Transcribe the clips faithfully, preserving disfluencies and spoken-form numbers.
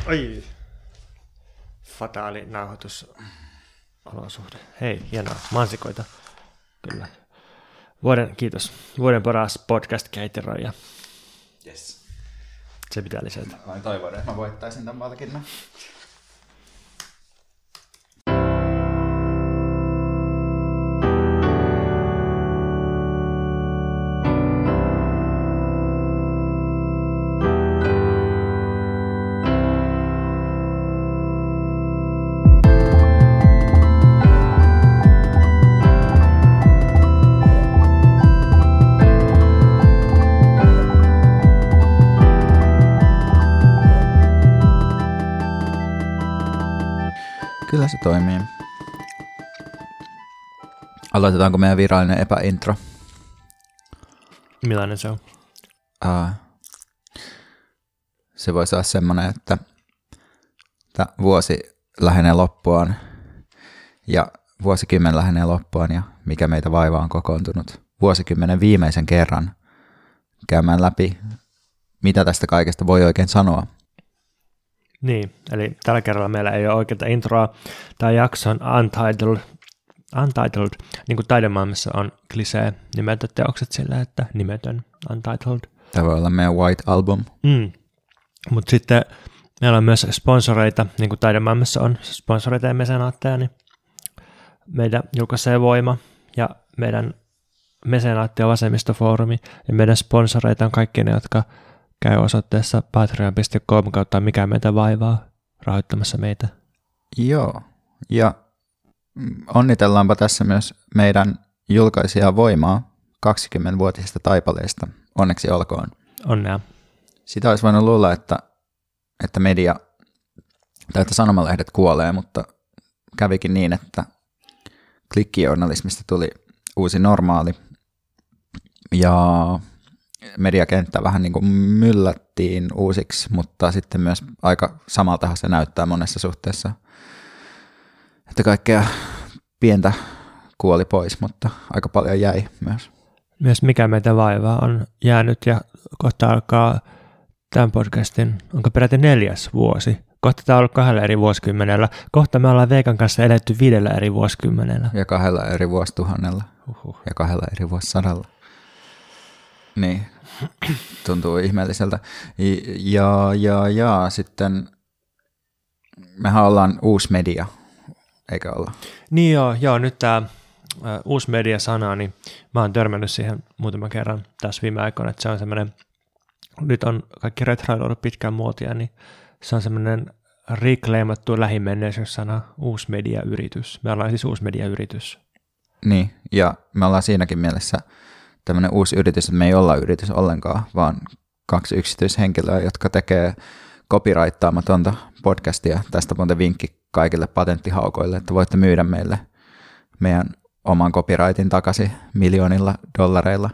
Oi. Fataali nauhoitusolosuhde. Hei, hienoa. Mansikoita. Kyllä. Vuoden, kiitos. Vuoden paras podcast-keiteroija. Yes. Se pitää lisätä. Mä toivon, että mä voittaisin tämän palkinnon. Kyllä se toimii. Aloitetaanko meidän virallinen epäintro? Millainen se on? Uh, se voisi olla semmoinen, että tämä vuosi lähenee loppuaan ja vuosikymmen lähenee loppuaan ja mikä meitä vaivaa on kokoontunut vuosikymmenen viimeisen kerran käymään läpi, mitä tästä kaikesta voi oikein sanoa. Niin, eli tällä kerralla meillä ei ole oikeaa introa. Tämä jakso on Untitled, Untitled niin kuin taidemaailmassa on klisee nimetä teokset sillä, että nimetön Untitled. Tämä voi olla meidän White Album. Mm. Mutta sitten meillä on myös sponsoreita, niin kuin taidemaailmassa on sponsoreita ja mesenaatteja, niin meidän julkaisee Voima ja meidän mesenaatti on Vasemmistofoorumi ja meidän sponsoreita on kaikki ne, jotka käy osoitteessa patreon piste com kautta mikä meitä vaivaa rahoittamassa meitä. Joo, ja onnitellaanpa tässä myös meidän julkaisijaa Voimaa kaksikymmenvuotisesta taipaleesta. Onneksi olkoon. Onnea. Sitä olisi voinut luulla, että, että media tai että sanomalehdet kuolee, mutta kävikin niin, että klikkijournalismista tuli uusi normaali ja mediakenttä vähän niin kuin myllättiin uusiksi, mutta sitten myös aika samaltahan se näyttää monessa suhteessa, että kaikkea pientä kuoli pois, mutta aika paljon jäi myös. Myös mikä meitä vaivaa on jäänyt ja kohta alkaa tämän podcastin, onko peräti neljäs vuosi. Kohta tämä on ollut kahdella eri vuosikymmenellä. Kohta me ollaan Veikan kanssa eletty viidellä eri vuosikymmenellä. Ja kahdella eri vuosituhannella. Uhuh. Ja kahdella eri vuosisadalla. Niin, tuntuu ihmeelliseltä. Ja, ja, ja sitten mehän ollaan uusi media, eikö olla? Niin joo, joo nyt tämä uh, uusi media-sana, niin mä oon törmännyt siihen muutaman kerran tässä viime aikoina, että se on semmoinen, nyt on kaikki retroilu ollut pitkään muotia, niin se on semmoinen reclaimattu lähimenneisyyssana, uusi mediayritys. Me ollaan siis uusi mediayritys. Niin, ja me ollaan siinäkin mielessä tämmöinen uusi yritys, että me ei olla yritys ollenkaan, vaan kaksi yksityishenkilöä, jotka tekee copyrightaamatonta podcastia. Tästä muuten vinkki kaikille patenttihaukoille, että voitte myydä meille meidän oman copyrightin takaisin miljoonilla dollareilla.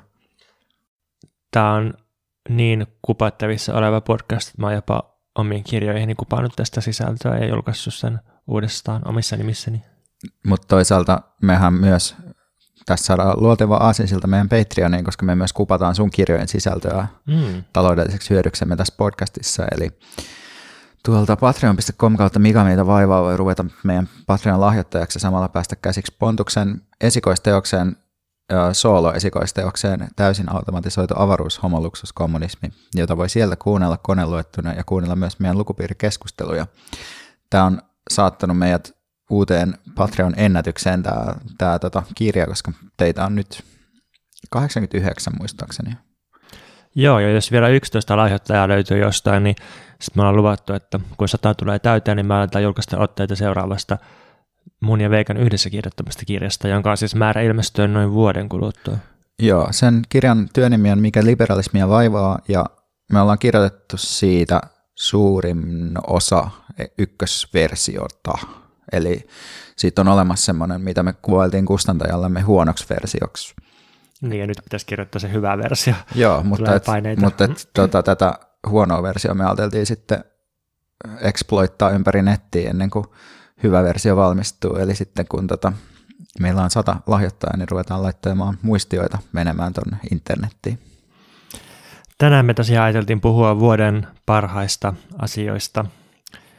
Tämä on niin kupattavissa oleva podcast, että mä oon jopa omiin kirjoihini kupannut tästä sisältöä ja julkaissut sen uudestaan omissa nimissäni. Mutta toisaalta mehän myös tässä saadaan luoteva aasinsilta meidän Patreoniin, koska me myös kupataan sun kirjojen sisältöä mm. taloudelliseksi hyödyksemme tässä podcastissa. Eli tuolta patreon piste com kautta mikä meitä vaivaa voi ruveta meidän Patreon lahjoittajaksi ja samalla päästä käsiksi Pontuksen esikoisteokseen, soolo-esikoisteokseen täysin automatisoitu avaruus, homoluksus, kommunismi, jota voi sieltä kuunnella koneluettuna ja kuunnella myös meidän lukupiirikeskusteluja. Tämä on saattanut meidät uuteen Patreon-ennätykseen tämä, tämä tota, kirja, koska teitä on nyt kahdeksankymmentäyhdeksän muistaakseni. Joo, ja jos vielä yksitoista lahjoittajaa löytyy jostain, niin sitten me ollaan luvattu, että kun sata tulee täyteen, niin me aletaan julkaista otteita seuraavasta mun ja Veikan yhdessä kirjoittamasta kirjasta, jonka on siis määrä ilmestyä noin vuoden kuluttua. Joo, sen kirjan työnimi on Mikä liberalismia vaivaa, ja me ollaan kirjoitettu siitä suurin osa ykkösversiota. Eli siitä on olemassa semmoinen, mitä me kuvailtiin kustantajallemme huonoksi versioksi. Niin, ja nyt pitäisi kirjoittaa se hyvä versio. Joo, mutta, et, mutta et, tota, tätä huonoa versiota me ajateltiin sitten exploittaa ympäri nettiä ennen kuin hyvä versio valmistuu. Eli sitten kun tota, meillä on sata lahjoittajaa, niin ruvetaan laittamaan muistioita menemään tuonne internettiin. Tänään me tosiaan ajateltiin puhua vuoden parhaista asioista.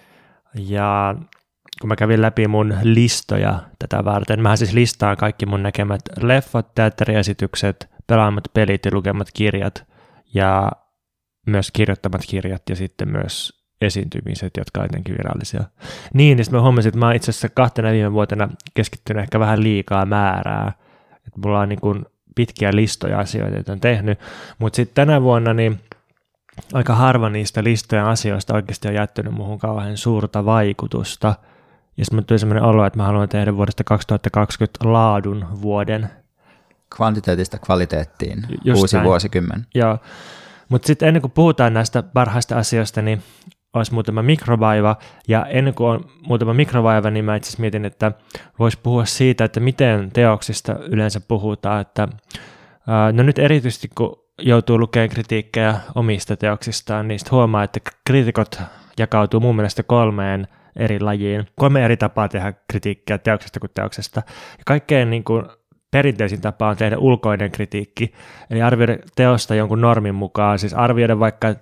Ja kun mä kävin läpi mun listoja tätä varten, mä siis listaan kaikki mun näkemät leffat, teatteriesitykset, pelaamat pelit ja lukemat kirjat ja myös kirjoittamat kirjat ja sitten myös esiintymiset, jotka on jotenkin virallisia. Niin, niin sitten mä huomasin, että mä oon itse asiassa kahtena viime vuotena keskittynyt ehkä vähän liikaa määrää. Että mulla on niin kuin pitkiä listoja asioita, joita on tehnyt, mutta sitten tänä vuonna niin aika harva niistä listojen asioista oikeasti on jättänyt muuhun kauhean suurta vaikutusta. Ja sitten tuli sellainen olo, että mä haluan tehdä vuodesta kaksituhattakaksikymmentä laadun vuoden. Kvantiteetista kvaliteettiin, Just uusi näin. Vuosikymmen. Joo, mutta sitten ennen kuin puhutaan näistä parhaista asioista, niin olisi muutama mikrovaiva. Ja ennen kuin on muutama mikrovaiva, niin mä itse asiassa mietin, että voisi puhua siitä, että miten teoksista yleensä puhutaan. Että, ää, no nyt erityisesti, kun joutuu lukemaan kritiikkejä omista teoksistaan, niin sitten huomaa, että kriitikot jakautuu mun mielestä kolmeen eri lajiin. Kolme eri tapaa tehdä kritiikkiä teoksesta kuin teoksesta. Ja kaikkein niin kuin perinteisin tapa on tehdä ulkoinen kritiikki, eli arvioida teosta jonkun normin mukaan, siis arvioida vaikka,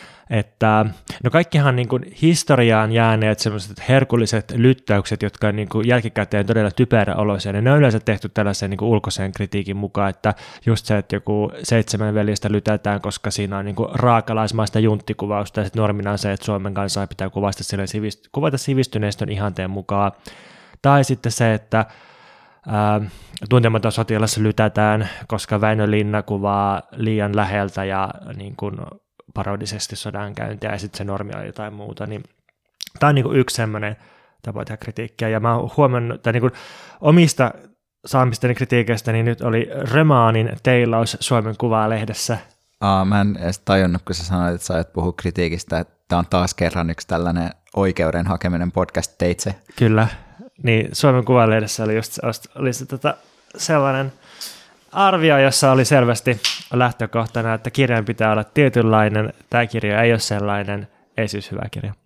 että no kaikkihan niin kuin historiaan jääneet sellaiset herkulliset lyttäykset, jotka on niin kuin jälkikäteen todella typeräoloisia, niin ne on yleensä tehty tällaisen niin kuin ulkoisen kritiikin mukaan, että just se, että joku seitsemän veljestä lytätään, koska siinä on niin kuin raakalaismaista junttikuvausta, ja sitten normina on se, että Suomen kansaa pitää kuvata, sivist- kuvata sivistyneistön ihanteen mukaan, tai sitten se, että Ää, tuntematon sotilas lytätään, koska Väinö Linna kuvaa liian läheltä ja niin kuin parodisesti sodankäyntiä ja sitten se normi on jotain muuta. Niin, tämä on niin kuin yksi semmoinen tapa tehdä kritiikkiä ja mä oon huomannut, että niin kuin omista saamistani kritiikeistä niin nyt oli Römaanin teilaus Suomen Kuvalehdessä. Aa, mä en edes tajunnut, kun sä sanoit, että sä et puhu kritiikistä, että tämä on taas kerran yksi tällainen oikeuden hakeminen podcast teitse. Kyllä. Niin Suomen Kuvalehdessä oli just oli se, tota, sellainen arvio, jossa oli selvästi lähtökohtana, että kirjan pitää olla tietynlainen, tämä kirja ei ole sellainen, ei siis hyvä kirja.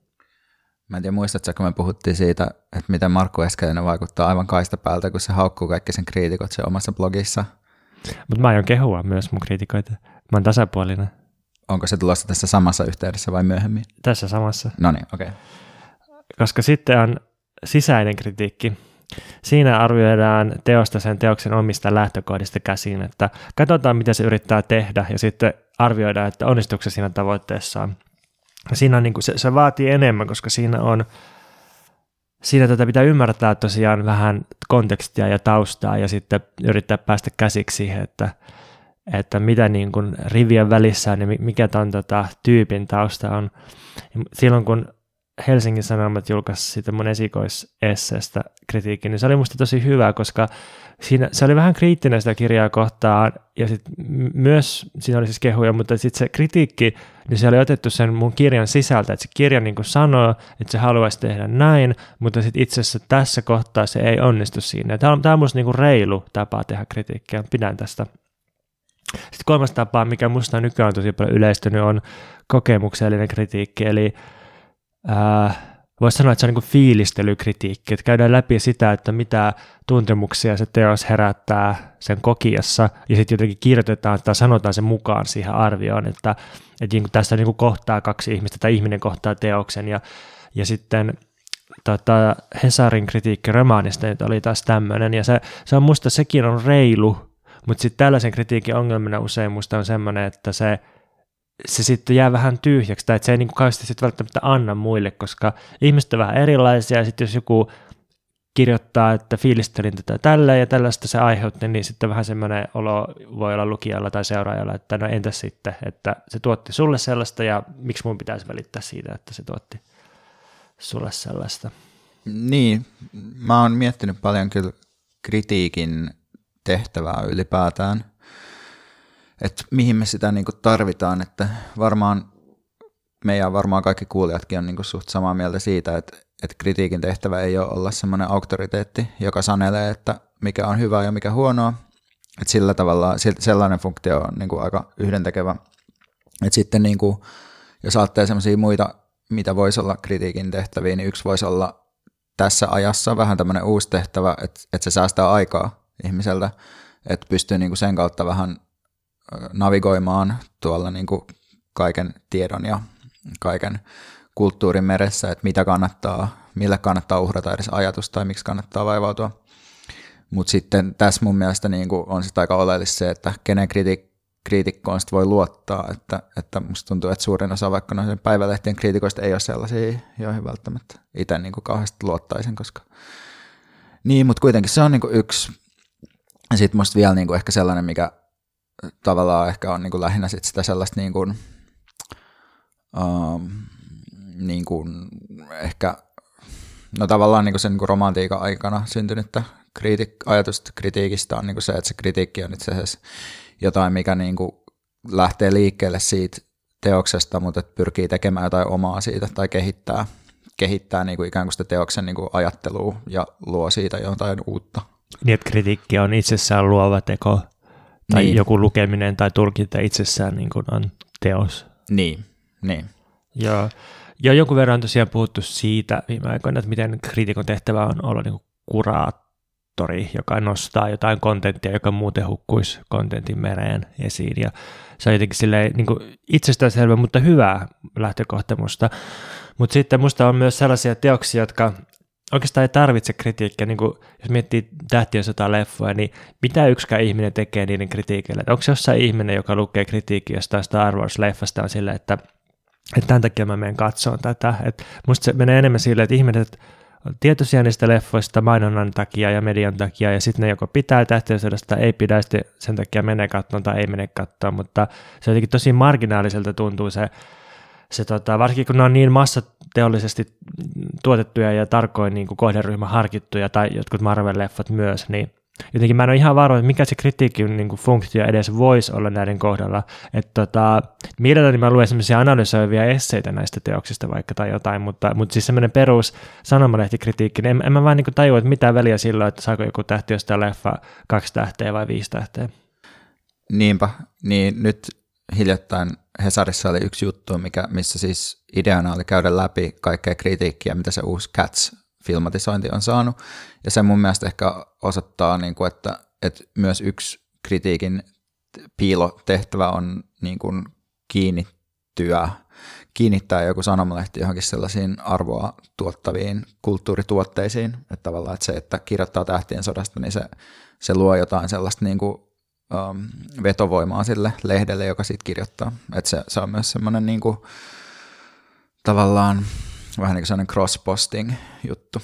Mä en tiedä, muistatko, kun me puhuttiin siitä, että miten Markku Eskelinen vaikuttaa aivan kaistapäältä, kun se haukkuu kaikki sen kriitikot se omassa blogissa. Mutta mä aion kehua myös mun kriitikoita. Mä oon tasapuolinen. Onko se tulossa tässä samassa yhteydessä vai myöhemmin? Tässä samassa. No niin, okei. Okay. Koska sitten on sisäinen kritiikki. Siinä arvioidaan teosta sen teoksen omista lähtökohdista käsin, että katsotaan, mitä se yrittää tehdä, ja sitten arvioidaan, että onnistuuko se siinä tavoitteessaan. Siinä on, niin kuin, se, se vaatii enemmän, koska siinä on, siinä tätä pitää ymmärtää tosiaan vähän kontekstia ja taustaa, ja sitten yrittää päästä käsiksi siihen, että, että mitä niin kuin rivien välissä on, ja mikä ton tota, tyypin tausta on. Silloin, kun Helsingin Sanomat julkaisi siitä mun esikoisesseestä kritiikki, niin se oli musta tosi hyvä, koska siinä, se oli vähän kriittinen sitä kirjaa kohtaan, ja sit myös, siinä oli siis kehuja, mutta sitten se kritiikki, niin se oli otettu sen mun kirjan sisältä, että se kirja niin kuin sanoo, että se haluaisi tehdä näin, mutta sitten itse asiassa tässä kohtaa se ei onnistu siinä. Tämä on, tämä on musta niin kuin reilu tapa tehdä kritiikkiä, pidän tästä. Sitten kolmas tapa, mikä musta nykyään on tosi paljon yleistynyt, on kokemuksellinen kritiikki, eli Äh, voisi sanoa, että se on niin kuin fiilistelykritiikki, että käydään läpi sitä, että mitä tuntemuksia se teos herättää sen kokijassa, ja sitten jotenkin kirjoitetaan tai sanotaan se mukaan siihen arvioon, että, että niin kuin tässä niin kuin kohtaa kaksi ihmistä, tai ihminen kohtaa teoksen, ja, ja sitten tota, Hesarin kritiikki romaanista nyt oli taas tämmöinen, ja se, se on musta, sekin on reilu, mutta sitten tällaisen kritiikin ongelmana usein musta on semmoinen, että se se sitten jää vähän tyhjäksi, tai että se ei niin kauheasti sitten välttämättä anna muille, koska ihmiset on vähän erilaisia, ja sitten jos joku kirjoittaa, että fiilistelin tätä tällä ja tällaista se aiheutti, niin sitten vähän semmoinen olo voi olla lukijalla tai seuraajalla, että no entäs sitten, että se tuotti sulle sellaista, ja miksi mun pitäisi välittää siitä, että se tuotti sulle sellaista. Niin, mä oon miettinyt paljon kyllä kritiikin tehtävää ylipäätään, että mihin me sitä niinku tarvitaan, että varmaan meidän varmaan kaikki kuulijatkin on niinku suht samaa mieltä siitä, että, että kritiikin tehtävä ei ole olla semmoinen auktoriteetti, joka sanelee, että mikä on hyvää ja mikä huonoa, että sillä tavalla sellainen funktio on niinku aika yhdentekevä, että sitten niinku, jos ajattelee semmoisia muita, mitä voisi olla kritiikin tehtäviä, niin yksi voisi olla tässä ajassa vähän tämmöinen uusi tehtävä, että, että se säästää aikaa ihmiseltä, että pystyy niinku sen kautta vähän navigoimaan tuolla niin kuin kaiken tiedon ja kaiken kulttuurin meressä, että mitä kannattaa, millä kannattaa uhrata edes ajatus tai miksi kannattaa vaivautua. Mutta sitten tässä mun mielestä niin kuin on sitten aika oleellista se, että kenen kriti- kriitikkoon sit voi luottaa, että, että musta tuntuu, että suurin osa vaikka noiden päivälehtien kriitikoista ei ole sellaisia, joihin välttämättä itse niin kuin kauheasti luottaisin, koska niin, mutta kuitenkin se on niin kuin yksi. Ja sitten musta vielä niin kuin ehkä sellainen, mikä tavallaan ehkä on niin kuin lähinnä sit sitä sellaista niin kuin, um, niin kuin ehkä, no tavallaan niin kuin sen niin kuin romantiikan aikana syntynyttä kriitik- ajatusta kritiikistä on niin kuin se, että se kritiikki on itse asiassa jotain, mikä niin kuin lähtee liikkeelle siitä teoksesta, mutta että pyrkii tekemään jotain omaa siitä tai kehittää, kehittää niin kuin ikään kuin sitä teoksen niin kuin ajattelua ja luo siitä jotain uutta. Niin, että kritiikki on itsessään luova teko, tai niin. joku lukeminen tai tulkinta itsessään niin kuin on teos. Niin, niin. Joo. Ja jonkun verran on tosiaan puhuttu siitä viime aikoina, että miten kriitikon tehtävä on olla niin kuin kuraattori, joka nostaa jotain kontenttia, joka muuten hukkuisi kontentin mereen esiin. Ja se on jotenkin silleen niin kuin itsestäänselvä, mutta hyvää lähtökohtamusta. Mutta sitten musta on myös sellaisia teoksia, jotka oikeastaan ei tarvitse kritiikkiä, niin kuin jos miettii Tähtien sota -leffoja, niin mitä yksikään ihminen tekee niiden kritiikillä? Onko jossain ihminen, joka lukee kritiikkiä jostain Star Wars-leffasta on silleen, että, että tämän takia mä menen katsomaan tätä. Et musta se menee enemmän silleen, että ihmiset on tietoisia niistä leffoista mainonnan takia ja median takia, ja sitten ne joko pitää Tähtien sodasta, ei pidä, sitten sen takia menee katsomaan tai ei mene katsomaan, mutta se jotenkin tosi marginaaliselta tuntuu se, Se, tota, varsinkin kun ne on niin massateollisesti tuotettuja ja tarkoin niin kuin kohderyhmä harkittuja, tai jotkut Marvel-leffat myös, niin jotenkin mä en ole ihan varma, että mikä se kritiikin niin kuin funktio edes voisi olla näiden kohdalla. Että tota, mielelläni mä luen sellaisia analysoivia esseitä näistä teoksista vaikka tai jotain, mutta, mutta siis semmoinen perus sanomalehtikritiikki, niin en, en mä vaan niin kuin tajua, että mitä väliä sillä, että saako joku tähti jostain leffa kaksi tähteä vai viisi tähteä. Niinpä, niin nyt hiljattain Hesarissa oli yksi juttu, mikä, missä siis ideana oli käydä läpi kaikkea kritiikkiä, mitä se uusi Cats-filmatisointi on saanut. Ja se mun mielestä ehkä osoittaa, niin kuin, että, että myös yksi kritiikin piilotehtävä on niin kuin kiinnittyä, kiinnittää joku sanomalehti johonkin sellaisiin arvoa tuottaviin kulttuurituotteisiin. Että tavallaan että se, että kirjoittaa Tähtien sodasta, niin se, se luo jotain sellaista niin kuin Um, vetovoimaa sille lehdelle, joka siitä kirjoittaa. Että se, se on myös semmoinen niinku, tavallaan vähän niin kuin sellainen cross-posting juttu.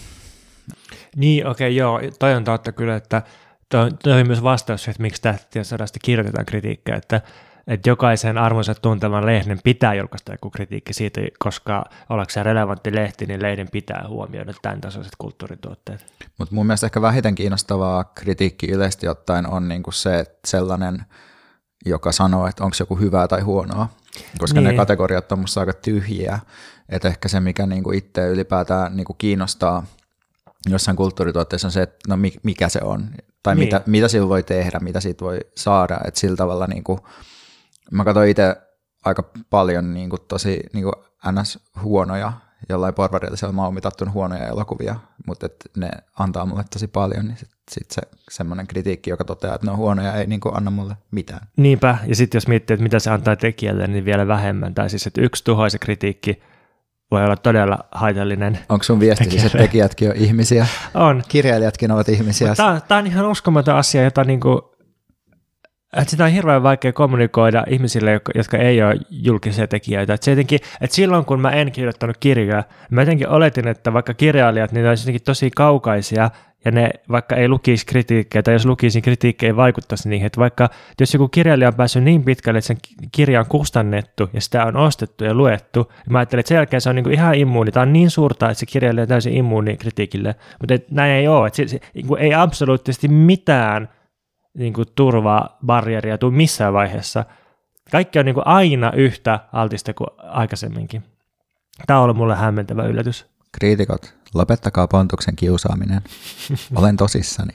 Niin, okei, okay, joo. Toi on totta kyllä, että toi, toi on myös vastaus, että miksi Tähtien sodasta kirjoitetaan kritiikkiä, että, että jokaisen arvonsa tuntevan lehden pitää julkaista joku kritiikki siitä, koska ollakseen relevantti lehti, niin lehden pitää huomioida tämän tasoiset kulttuurituotteet. Mutta mun mielestä ehkä vähiten kiinnostavaa kritiikki yleisesti ottaen on niinku se, että sellainen, joka sanoo, että onko joku hyvää tai huonoa, koska niin. Ne kategoriat on musta aika tyhjiä, että ehkä se, mikä niinku itse ylipäätään niinku kiinnostaa jossain kulttuurituotteessa on se, että no mikä se on, tai niin. mitä, mitä sillä voi tehdä, mitä siitä voi saada, että sillä tavalla niinku, mä katsoin itse aika paljon niinku tosi niinku ns. Huonoja, jollain porvarillisella maumitattuun huonoja elokuvia, mutta et ne antaa mulle tosi paljon, niin sitten sit se semmoinen kritiikki, joka toteaa, että ne on huonoja, ei niinku anna mulle mitään. Niinpä, ja sitten jos miettii, että mitä se antaa tekijälle, niin vielä vähemmän, tai siis, että yksi tuhoisa kritiikki voi olla todella haitallinen. Onko sun viesti siis, että tekijätkin on ihmisiä? On. Kirjailijatkin ovat ihmisiä. Tämä on ihan uskomaton asia, jota niinku että sitä on hirveän vaikea kommunikoida ihmisille, jotka, jotka ei ole julkisia tekijöitä. Että se jotenkin, että silloin kun mä en kirjoittanut kirjaa, mä jotenkin oletin, että vaikka kirjailijat, niin ne olisi jotenkin tosi kaukaisia, ja ne vaikka ei lukisi kritiikkejä, tai jos lukisi kritiikkejä, ei vaikuttaisi niihin. Että vaikka jos joku kirjailija on päässyt niin pitkälle, että sen kirja on kustannettu, ja sitä on ostettu ja luettu, niin mä ajattelin, että sen jälkeen se on niin kuin ihan immuuni. Tämä on niin suurta, että se kirjailija on täysin immuuni kritiikille. Mutta näin ei ole. Että se, se, ei absoluuttisesti mitään niin kuin turvabarrieria tuu missään vaiheessa. Kaikki on niin kuin aina yhtä altista kuin aikaisemminkin. Tämä on ollut mulle hämmentävä yllätys. Kriitikot, lopettakaa Pontuksen kiusaaminen. Olen tosissani.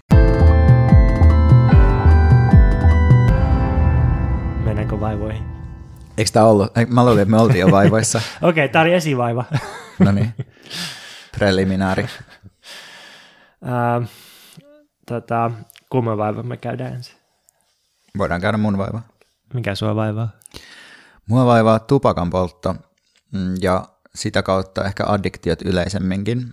Mennäänkö vaivoihin? Eikö tämä ollut? Mä luulin, että me oltiin jo vaivoissa. Okei, okay, tämä oli esivaiva. No niin, preliminaari. uh, tota... Kumman vaiva me käydään ensin? Voidaan käydä mun vaivaa. Mikä sua vaivaa? Mua vaivaa tupakan poltto ja sitä kautta ehkä addiktiot yleisemminkin.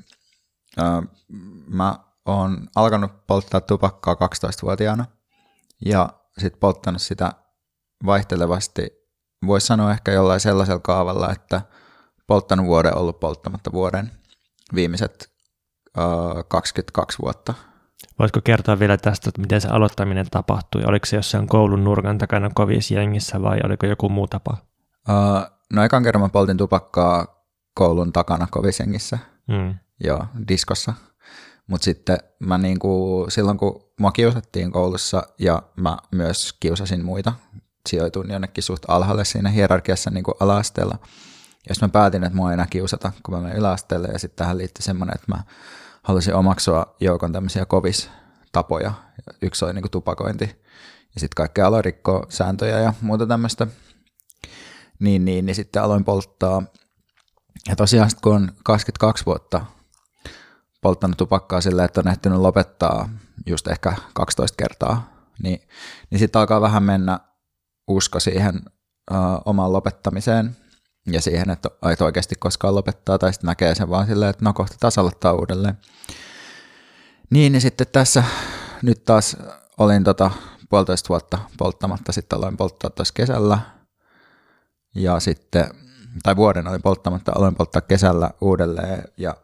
Mä oon alkanut polttaa tupakkaa kaksitoistavuotiaana ja sitten polttanut sitä vaihtelevasti. Voisi sanoa ehkä jollain sellaisella kaavalla, että polttanut vuoden, ollut polttamatta vuoden viimeiset uh, kaksikymmentäkaksi vuotta. Voisiko kertoa vielä tästä, että miten se aloittaminen tapahtui? Oliko se jossain koulun nurkan takana kovissa jengissä vai oliko joku muu tapa? Uh, no ekan kerran mä poltin tupakkaa koulun takana kovissa jengissä, mm. joo, diskossa. Mutta sitten mä niinku, silloin kun mua kiusattiin koulussa ja mä myös kiusasin muita, sijoituin jonnekin suht alhaalle siinä hierarkiassa niinku ala-asteella. Ja sitten mä päätin, että mua ei enää kiusata, kun mä menen yläasteelle. Ja sitten tähän liittyi semmoinen, että mä halusin omaksua joukon tämmöisiä kovistapoja. Yksi oli niinku tupakointi ja sitten kaikkea aloin rikkoa sääntöjä ja muuta tämmöistä. Niin, niin, niin sitten aloin polttaa. Ja tosiaan sitten kun on kaksikymmentäkaksi vuotta polttanut tupakkaa silleen, että on ehtinyt lopettaa just ehkä kaksitoista kertaa, niin, niin sitten alkaa vähän mennä usko siihen uh, omaan lopettamiseen ja siihen, että et oikeasti koskaan lopettaa, tai sitten näkee sen vaan silleen, että no kohta taas aloittaa uudelleen. Niin, niin sitten tässä nyt taas olin tota puolitoista vuotta polttamatta, sitten aloin polttaa tuossa kesällä, ja sitten, tai vuoden olin polttamatta, aloin polttaa kesällä uudelleen, ja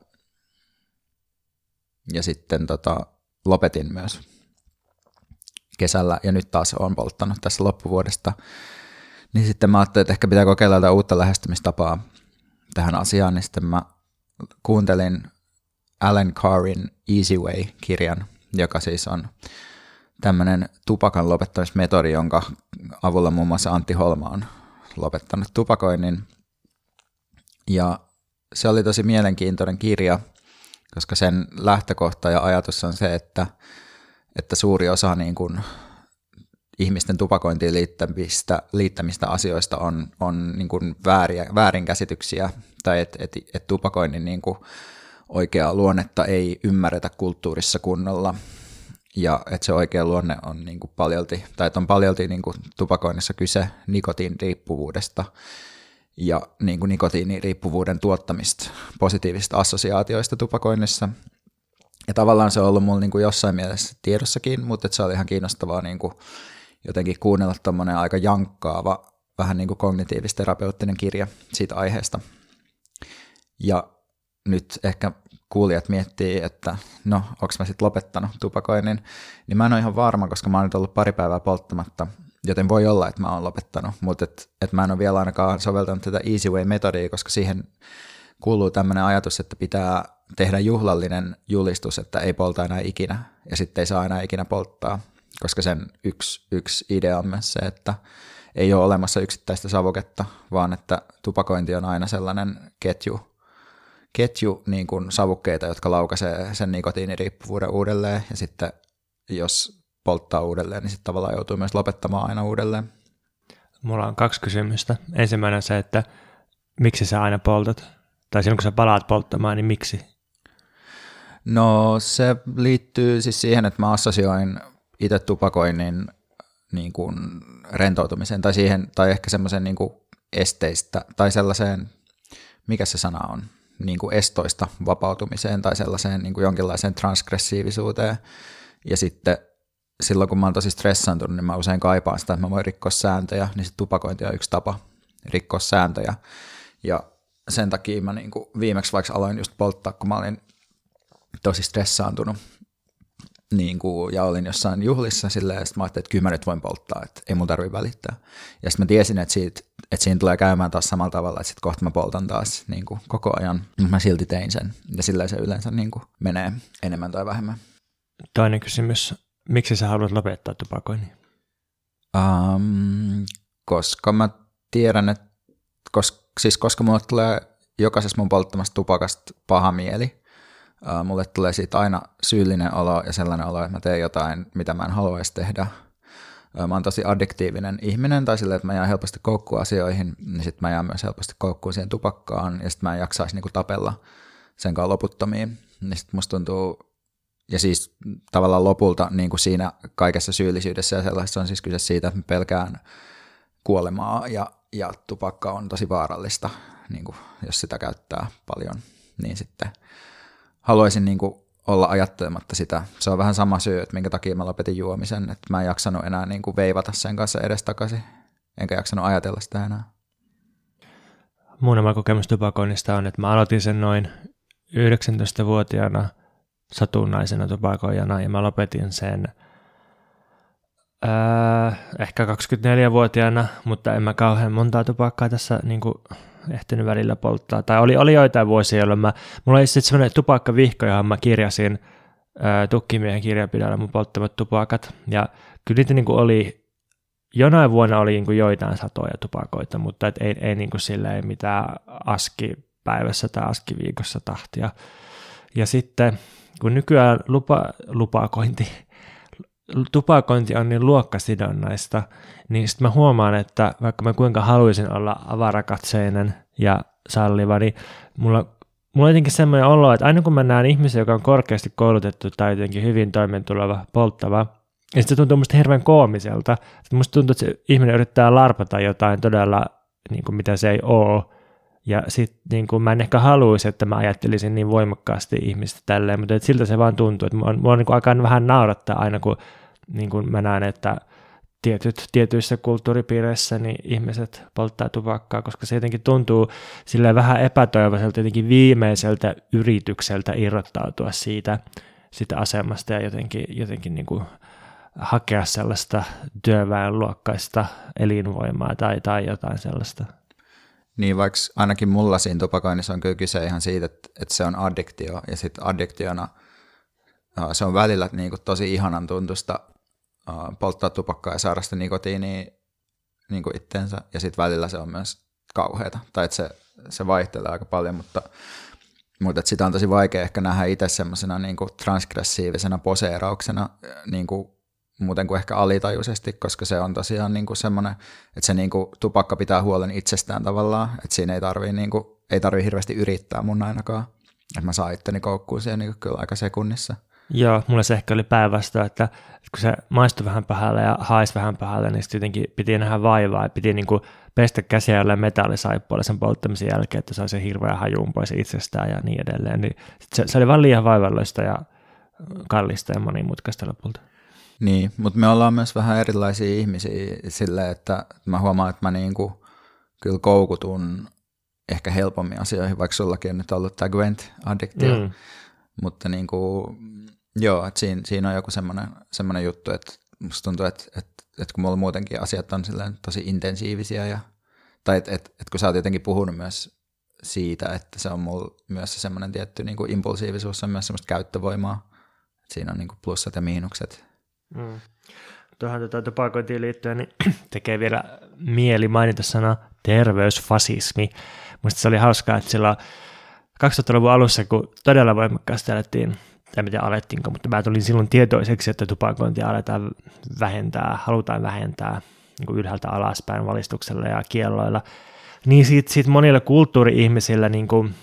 Ja sitten tota, lopetin myös kesällä ja nyt taas olen polttanut tässä loppuvuodesta. Niin sitten mä ajattelin, että ehkä pitää kokeilla jotain uutta lähestymistapaa tähän asiaan. Niin sitten mä kuuntelin Alan Carrin Easy Way-kirjan, joka siis on tämmöinen tupakan lopettamismetodi, jonka avulla muun muassa Antti Holma on lopettanut tupakoinnin. Ja se oli tosi mielenkiintoinen kirja, koska sen lähtökohta ja ajatus on se, että, että suuri osa niin kuin ihmisten tupakointiin liittämistä, liittämistä asioista on, on niin kuin vääriä, väärinkäsityksiä, tai että et, et tupakoinnin niin kuin oikeaa luonnetta ei ymmärretä kulttuurissa kunnolla, ja että se oikea luonne on niin kuin paljolti, tai että on paljolti niin kuin tupakoinnissa kyse nikotiiniriippuvuudesta, ja niin kuin nikotiiniriippuvuuden tuottamista positiivisista assosiaatioista tupakoinnissa. Ja tavallaan se on ollut mulla niin kuin jossain mielessä tiedossakin, mutta se oli ihan kiinnostavaa niin kuin jotenkin kuunnella tommoinen aika jankkaava, vähän niin kuin kognitiivisterapeuttinen kirja siitä aiheesta. Ja nyt ehkä kuulijat miettii, että no, onko mä sitten lopettanut tupakoinnin, niin mä en ole ihan varma, koska mä oon nyt ollut pari päivää polttamatta, joten voi olla, että mä oon lopettanut, mutta et, et mä en ole vielä ainakaan soveltanut tätä Easy Way-metodia, koska siihen kuuluu tämmöinen ajatus, että pitää tehdä juhlallinen julistus, että ei polta enää ikinä, ja sitten ei saa enää ikinä polttaa, koska sen yksi, yksi idea on myös se, että ei ole olemassa yksittäistä savuketta, vaan että tupakointi on aina sellainen ketju, ketju niin kuin savukkeita, jotka laukaisee sen nikotiiniriippuvuuden uudelleen, ja sitten jos polttaa uudelleen, niin sitten tavallaan joutuu myös lopettamaan aina uudelleen. Mulla on kaksi kysymystä. Ensimmäinen on se, että miksi sä aina poltat? Tai silloin kun sä palaat polttamaan, niin miksi? No se liittyy siis siihen, että mä assosioin itse tupakoinnin niin kuin rentoutumiseen tai siihen, tai ehkä semmoisen niin kuin esteistä tai sellaiseen, mikä se sana on, niin kuin estoista vapautumiseen tai sellaiseen niin kuin jonkinlaiseen transgressiivisuuteen. Ja sitten silloin, kun mä oon tosi stressaantunut, niin mä usein kaipaan sitä, että mä voin rikkoa sääntöjä, niin se tupakointi on yksi tapa rikkoa sääntöjä. Ja sen takia mä niin kuin viimeksi vaikka aloin just polttaa, kun mä olin tosi stressaantunut niin kuin, ja olin jossain juhlissa silleen, ja sitten mä ajattelin, että kyllä mä nyt voin polttaa, että ei mun tarvitse välittää. Ja sitten mä tiesin, että, siitä, että siinä tulee käymään taas samalla tavalla, että sitten kohta mä poltan taas niin kuin koko ajan. Mä silti tein sen, ja sillä se yleensä niin kuin menee enemmän tai vähemmän. Toinen kysymys. Miksi sä haluat lopettaa tupakoinnin? Um, koska mä tiedän, että koska, siis koska mulle tulee jokaisessa mun polttamasta tupakasta paha mieli, uh, mulle tulee siitä aina syyllinen olo ja sellainen olo, että mä teen jotain, mitä mä en haluaisi tehdä. Uh, mä oon tosi addiktiivinen ihminen, tai silleen, että mä jään helposti koukkuun asioihin, niin sit mä jään myös helposti koukkuun siihen tupakkaan, ja sit mä en jaksaisi niinku tapella sen kanssa loputtomiin. Niin sit musta tuntuu. Ja siis tavallaan lopulta niin kuin siinä kaikessa syyllisyydessä ja sellaisessa on siis kyse siitä, että pelkään kuolemaa ja, ja tupakka on tosi vaarallista, niin kuin, jos sitä käyttää paljon, niin sitten haluaisin niin kuin olla ajattelematta sitä. Se on vähän sama syy, että minkä takia mä lopetin juomisen, että mä en jaksanut enää niin kuin veivata sen kanssa edestakaisin, enkä jaksanut ajatella sitä enää. Mun oma kokemus tupakoinnista on, että mä aloitin sen noin yhdeksäntoistavuotiaana satunnaisena tupakoijana ja mä lopetin sen ää, ehkä kaksikymmentäneljävuotiaana, mutta en mä kauhean montaa tupakkaa tässä niin kuin ehtinyt välillä polttaa. Tai oli, oli joitain vuosia, jolloin mä, mulla oli sitten semmoinen tupakkavihko, johon mä kirjasin ää, tukkimiehen kirjanpidolla mun polttamat tupakat. Ja kyllä niitä niin kuin oli, jonain vuonna oli niin kuin joitain satoja tupakoita, mutta et ei, ei niin kuin silleen mitään askipäivässä tai askiviikossa tahtia. Ja sitten kun nykyään lupa, lupakointi, tupakointi on niin luokkasidonnaista, niin sitten mä huomaan, että vaikka mä kuinka haluaisin olla avarakatseinen ja salliva, niin mulla, mulla on jotenkin semmoinen olo, että aina kun mä näen ihmisiä, joka on korkeasti koulutettu tai jotenkin hyvin toimeentuleva, polttava, niin se tuntuu musta hirveän koomiselta. Sitten musta tuntuu, että se ihminen yrittää larpata jotain todella, niin kuin mitä se ei ole. Ja sitten niin kuin mä en ehkä haluaisi, että mä ajattelisin niin voimakkaasti ihmistä tälleen, mutta et siltä se vaan tuntuu, että mulla on, mulla on niin kuin aikaan vähän naurattaa aina, kun niin kuin mä näen, että tietyt, tietyissä kulttuuripiireissä niin ihmiset polttaa tupakkaa, koska se jotenkin tuntuu silleen vähän epätoivoiselta, jotenkin viimeiseltä yritykseltä irrottautua siitä, siitä asemasta ja jotenkin, jotenkin niin kuin hakea sellaista työväenluokkaista elinvoimaa tai, tai jotain sellaista. Niin, vaikka ainakin mulla siinä tupakoinnissa on kyllä kyse ihan siitä, että, että se on addiktio, ja sitten addiktiona se on välillä niin kuin tosi ihanan tuntusta polttaa tupakkaa ja saada sitä nikotiinia niin kuin itteensä, ja sitten välillä se on myös kauheata, tai että se, se vaihtelee aika paljon, mutta, mutta että sitä on tosi vaikea ehkä nähdä itse semmoisena niin kuin transgressiivisena poseerauksena, niin kuin muuten kuin ehkä alitajuisesti, koska se on tosiaan niin kuin semmoinen, että se niin kuin tupakka pitää huolen itsestään tavallaan, että siinä ei tarvitse niin kuin, ei tarvitse hirveästi yrittää mun ainakaan, että mä saan itteni koukkuun siihen niin kuin kyllä aika sekunnissa. Joo, mulla se ehkä oli päinvastoin, että, että kun se maistui vähän pahalle ja haisi vähän pahalle, niin sitten jotenkin piti nähdä vaivaa ja piti niin kuin pestä käsiä jollain metallisaippualla sen polttamisen jälkeen, että sai se hirveän hajuun pois itsestään ja niin edelleen. Niin se, se oli vaan liian vaivalloista ja kallista ja monimutkaista lopulta. Niin, mutta me ollaan myös vähän erilaisia ihmisiä silleen, että mä huomaan, että mä niinku kyllä koukutun ehkä helpommin asioihin, vaikka sullakin on nyt ollut tämä Gwent-addiktio. Mm. Mutta niinku, joo, että siinä, siinä on joku semmoinen, semmoinen juttu, että musta tuntuu, että, että, että kun mulla muutenkin asiat on silleen tosi intensiivisiä, ja, tai että, että, että kun sä oot jotenkin puhunut myös siitä, että se on mulla myös semmoinen tietty niinku impulsiivisuus, on myös semmoista käyttövoimaa, että siinä on niinku plussat ja miinukset. Mm. Tuohon tuota tupakointiin liittyen niin tekee vielä mieli mainita sana terveysfasismi. Musta se oli hauskaa, että silloin kaksituhattaluvun alussa, kun todella voimakkaasti alettiin, tai mitä alettiinko, mutta mä tulin silloin tietoiseksi, että tupakointia aletaan vähentää, halutaan vähentää niin kuin ylhäältä alaspäin valistuksella ja kielloilla, niin siitä, siitä monilla kulttuuri-ihmisillä, niin kuin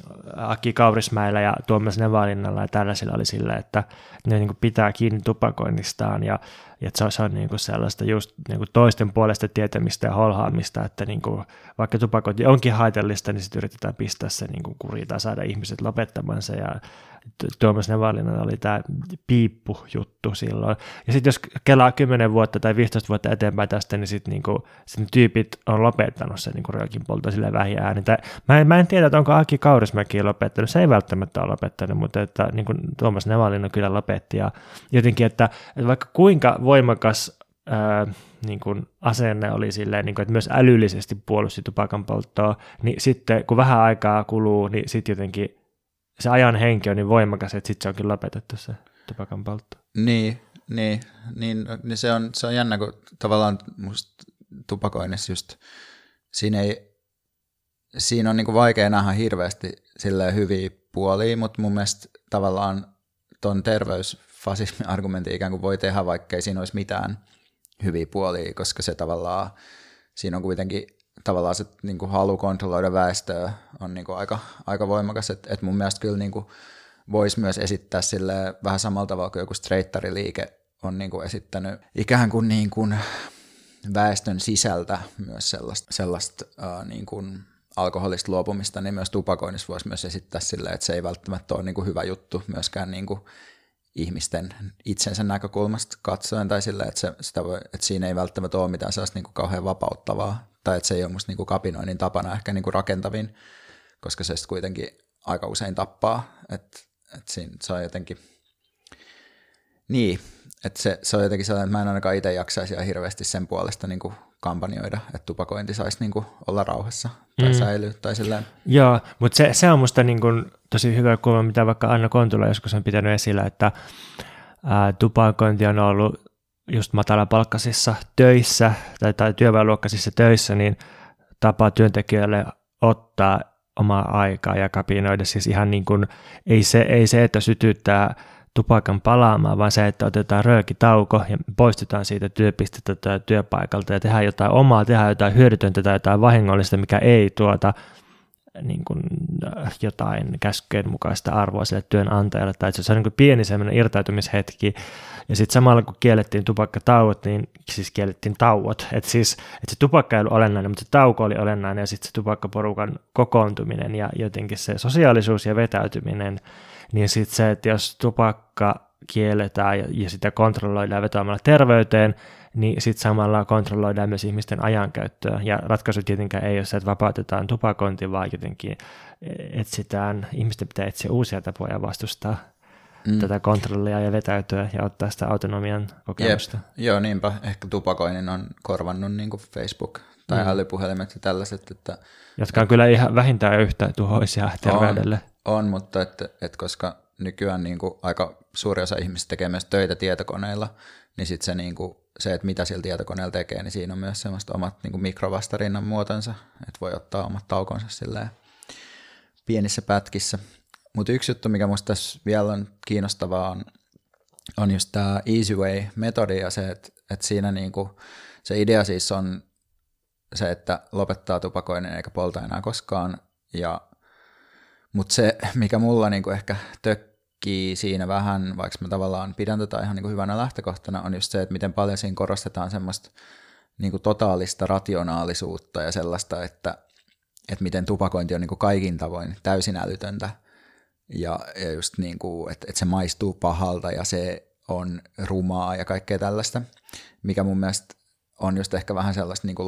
Aki Kaurismäellä ja Tuomas Nevalinnalla ja tällaisilla oli sillä, että ne niin kuin pitää kiinni tupakoinnistaan ja, ja että se on niin kuin sellaista just niin kuin toisten puolesta tietämistä ja holhaamista, että niin kuin, vaikka tupakointi onkin haitallista, niin sitten yritetään pistää se niin kuin kuriin tai saada ihmiset lopettamaan se ja Tuomas Nevalinnalla oli tämä piippu-juttu silloin. Ja sitten jos kelaa kymmenen vuotta tai viisitoista vuotta eteenpäin tästä, niin sitten niinku, sit tyypit on lopettanut sen niinku röökinpolton silleen vähin äänin. Mä en, mä en tiedä, että onko Aki Kaurismäki lopettanut. Se ei välttämättä ole lopettanut, mutta että, niinku, Tuomas Nevalinna kyllä lopetti. Ja jotenkin, että, että vaikka kuinka voimakas ää, niin kuin asenne oli silleen, niin kuin, että myös älyllisesti puolusti tupakan polttoa, niin sitten kun vähän aikaa kuluu, niin sitten jotenkin se ajan henki on niin voimakas, että sitten se onkin lopetettu se tupakan poltto. Niin, niin, niin, niin se, on, se on jännä, kun tavallaan musta tupakoinnissa just, siinä, ei, siinä on niin kuin vaikea nähdä hirveästi silleen hyviä puolia, mutta mun mielestä tavallaan ton terveysfasismin argumentin ikään kuin voi tehdä, vaikka ei siinä olisi mitään hyviä puolia, koska se tavallaan, siinä on kuitenkin tavallaan se niin kuin halu kontrolloida väestöä on niin kuin aika, aika voimakas, että et mun mielestä kyllä niin kuin voisi myös esittää sille vähän samalla tavalla kuin joku streittariliike on niin kuin esittänyt ikään kuin, niin kuin väestön sisältä myös sellaista, sellaista uh, niin kuin alkoholista luopumista, niin myös tupakoinnissa voisi myös esittää silleen, että se ei välttämättä ole niin kuin hyvä juttu myöskään niin kuin ihmisten itsensä näkökulmasta katsoen, tai silleen, että, se, sitä voi, että siinä ei välttämättä ole mitään sellaista niin kuin kauhean vapauttavaa, tai että se ei ole musta niin kuin kapinoinnin tapana ehkä niin kuin rakentavin, koska se kuitenkin aika usein tappaa, että, että siinä se on jotenkin, niin, että se, se on jotenkin sellainen, että mä en ainakaan itse jaksaisi ihan hirveästi sen puolesta niin kuin kampanjoida, että tupakointi saisi niin kuin olla rauhassa tai mm. säilyä tai silleen. Joo, mutta se, se on musta niin kuin tosi hyvä kulma, mitä vaikka Anna Kontula joskus on pitänyt esillä, että ää, tupakointi on ollut just matalapalkkaisissa töissä tai, tai työväenluokkaisissa töissä, niin tapa työntekijöille ottaa omaa aikaa ja kapinoida. Siis ihan niin kuin, ei se, ei se, että sytyttää tupakan palaamaan, vaan se, että otetaan röökitauko ja poistutaan siitä työpistettä tai työpaikalta ja tehdään jotain omaa, tehdään jotain hyödytöntä tai jotain vahingollista, mikä ei tuota niin kuin, jotain käskyjen mukaista arvoa sille työnantajalle. Tai se on niin kuin pieni sellainen irtautumishetki. Ja sitten samalla kun kiellettiin tupakkatauot, niin siis kiellettiin tauot. Että siis, et se tupakka ei ollut olennainen, mutta se tauko oli olennainen ja sitten se tupakkaporukan kokoontuminen ja jotenkin se sosiaalisuus ja vetäytyminen. Niin sitten se, että jos tupakka kielletään ja, ja sitä kontrolloidaan vetoamalla terveyteen, niin sitten samalla kontrolloidaan myös ihmisten ajankäyttöä. Ja ratkaisu tietenkään ei ole se, että vapautetaan tupakointi, vaan jotenkin etsitään, ihmisten pitää etsiä uusia tapoja vastustaa mm. tätä kontrollia ja vetäytyä ja ottaa sitä autonomian kokemusta. Jep. Joo, niinpä. Ehkä tupakoinnin on korvannut niin kuin Facebook tai mm. älypuhelimet ja tällaiset. Että, jotka on et, kyllä ihan vähintään yhtä tuhoisia terveydelle. On, on mutta et, et koska nykyään niin kuin aika suuri osa ihmisistä tekee myös töitä tietokoneilla, niin sitten se, niin kuin, se, että mitä sillä tietokoneella tekee, niin siinä on myös semmoista omat niin kuin mikrovastarinnan muotonsa, että voi ottaa omat taukonsa silleen pienissä pätkissä. Mutta yksi juttu, mikä musta tässä vielä on kiinnostavaa, on, on just tämä Easy Way-metodi ja se, että, että siinä niin kuin, se idea siis on se, että lopettaa tupakoinnin eikä polta enää koskaan, ja mutta se, mikä mulla niinku ehkä tökkii siinä vähän, vaikka mä tavallaan pidän tätä ihan niinku hyvänä lähtökohtana, on just se, että miten paljon siinä korostetaan semmoista niinku totaalista rationaalisuutta ja sellaista, että, että miten tupakointi on niinku kaikin tavoin täysin älytöntä ja, ja just niinku, että, että se maistuu pahalta ja se on rumaa ja kaikkea tällaista, mikä mun mielestä on just ehkä vähän sellaista niinku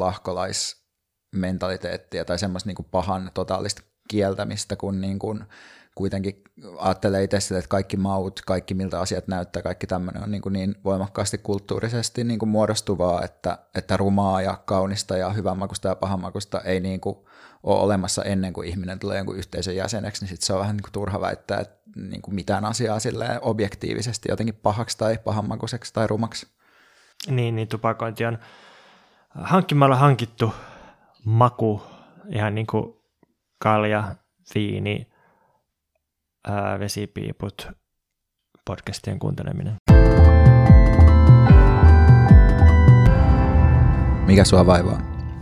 lahkolaismentaliteettia tai semmoista niinku pahan totaalista kieltämistä, kun niin kuin kuitenkin ajattelee itse sitä, että kaikki maut, kaikki miltä asiat näyttää, kaikki tämmöinen on niin, kuin niin voimakkaasti kulttuurisesti niin kuin muodostuvaa, että, että rumaa ja kaunista ja hyvänmakuista ja pahanmakuista ei niin kuin ole olemassa ennen kuin ihminen tulee jonkun yhteisön jäseneksi, niin sitten se on vähän niin kuin turha väittää, että niin kuin mitään asiaa silleen objektiivisesti jotenkin pahaksi tai pahanmakuiseksi tai rumaksi. Niin, niin tupakointi on hankkimalla hankittu maku, ihan niin kuin kalja, viini, ää, vesipiiput, podcastien kuunteleminen. Mikä sua vaivaa?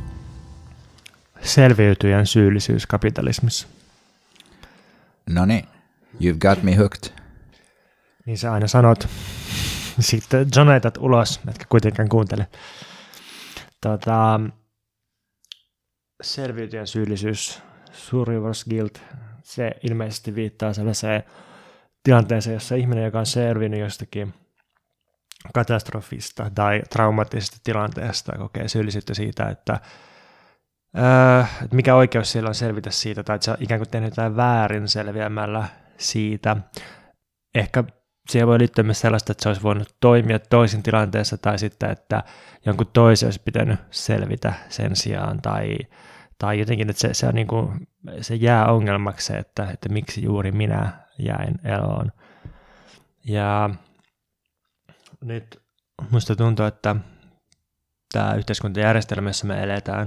Selviytyjän syyllisyys kapitalismissa. No niin, you've got me hooked. Niin sä aina sanot. Sitten jonetat ulos, etkä kuitenkaan kuuntele. Tota, selviytyjän syyllisyys, survivor's guilt, se ilmeisesti viittaa sellaiseen tilanteeseen, jossa ihminen, joka on selvinnyt jostakin katastrofista tai traumaattisesta tilanteesta, kokee syyllisyyttä siitä, että, ää, että mikä oikeus sillä on selvitä siitä, tai että se on ikään kuin tehnyt jotain väärin selviämällä siitä. Ehkä siihen voi liittyä myös sellaista, että se olisi voinut toimia toisin tilanteessa, tai sitten, että jonkun toisen olisi pitänyt selvitä sen sijaan, tai Tai jotenkin, että se, se, on niin kuin, se jää ongelmaksi se, että, että miksi juuri minä jäin eloon. Ja nyt musta tuntuu, että tämä yhteiskuntajärjestelmä, jossa me eletään,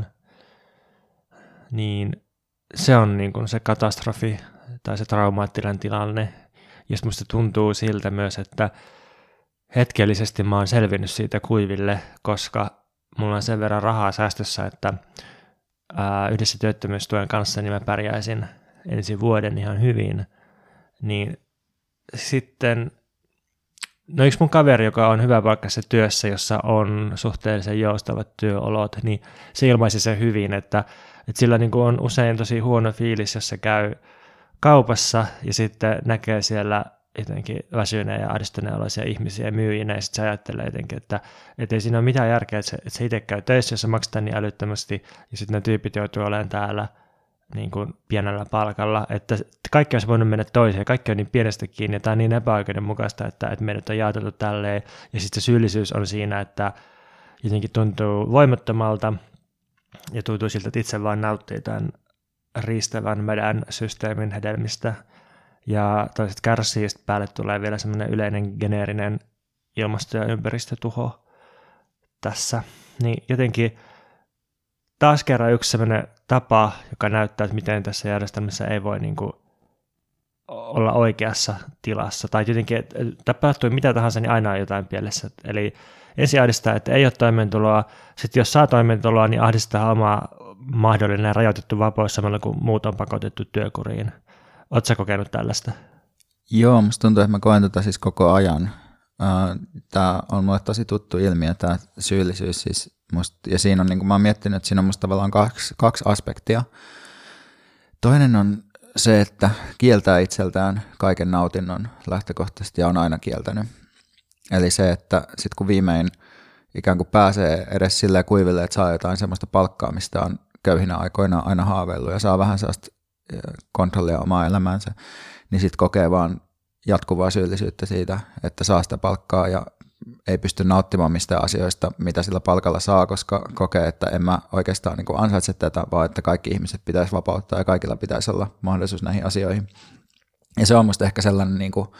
niin se on niin kuin se katastrofi tai se traumaattinen tilanne. Ja musta tuntuu siltä myös, että hetkellisesti mä oon selvinnyt siitä kuiville, koska mulla on sen verran rahaa säästössä, että ää, yhdessä työttömyystuen kanssa niin mä pärjäisin ensi vuoden ihan hyvin. Niin sitten, no yksi mun kaveri, joka on hyvä palkkaisessa työssä, jossa on suhteellisen joustavat työolot, niin se ilmaisi sen hyvin, että, että sillä niin kuin on usein tosi huono fiilis, jos se käy kaupassa ja sitten näkee siellä jotenkin väsyneen ja ahdistuneen oloisia ihmisiä myyjinä, ja sitten se ajattelee jotenkin, että et ei siinä ole mitään järkeä, että se, että se itse käy töissä, jos se maksetaan niin älyttömästi, ja sitten ne tyypit joutuu olemaan täällä niin kuin pienellä palkalla, että kaikki olisi voinut mennä toiseen, kaikki on niin pienestä kiinni, ja tämä on niin epäoikeudenmukaista, että, että meidät on jaoteltu tälleen, ja sitten se syyllisyys on siinä, että jotenkin tuntuu voimattomalta, ja tuntuu siltä, että itse vaan nauttii tämän riistävän meidän systeemin hedelmistä, ja toiset kärsii, ja päälle tulee vielä semmoinen yleinen geneerinen ilmasto- ja ympäristötuho tässä. Niin jotenkin taas kerran yksi semmoinen tapa, joka näyttää, että miten tässä järjestelmässä ei voi niin kuin olla oikeassa tilassa, tai jotenkin, että tapahtuu mitä tahansa, niin aina on jotain pielessä. Eli ensin ahdistaa, että ei ole toimeentuloa, sitten jos saa toimeentuloa, niin ahdistaa oma mahdollinen rajoitettu vapaus samalla kun muut on pakotettu työkuriin. Oletko sä kokenut tällaista? Joo, musta tuntuu, että mä koen tätä siis koko ajan. Tämä on mulle tosi tuttu ilmiö, tämä syyllisyys. Siis musta, ja siinä on, niin kuin mä oon miettinyt, että siinä on musta tavallaan kaksi, kaksi aspektia. Toinen on se, että kieltää itseltään kaiken nautinnon lähtökohtaisesti ja on aina kieltänyt. Eli se, että sitten kun viimein ikään kuin pääsee edes silleen kuiville, että saa jotain semmoista palkkaa, mistä on köyhinä aikoina aina haaveillut ja saa vähän sellaista kontrollia omaa elämäänsä, niin sitten kokee vaan jatkuvaa syyllisyyttä siitä, että saa sitä palkkaa ja ei pysty nauttimaan mistään asioista, mitä sillä palkalla saa, koska kokee, että en mä oikeastaan niin kuin ansaitse tätä, vaan että kaikki ihmiset pitäisi vapauttaa ja kaikilla pitäisi olla mahdollisuus näihin asioihin. Ja se on musta ehkä sellainen, niin kuin,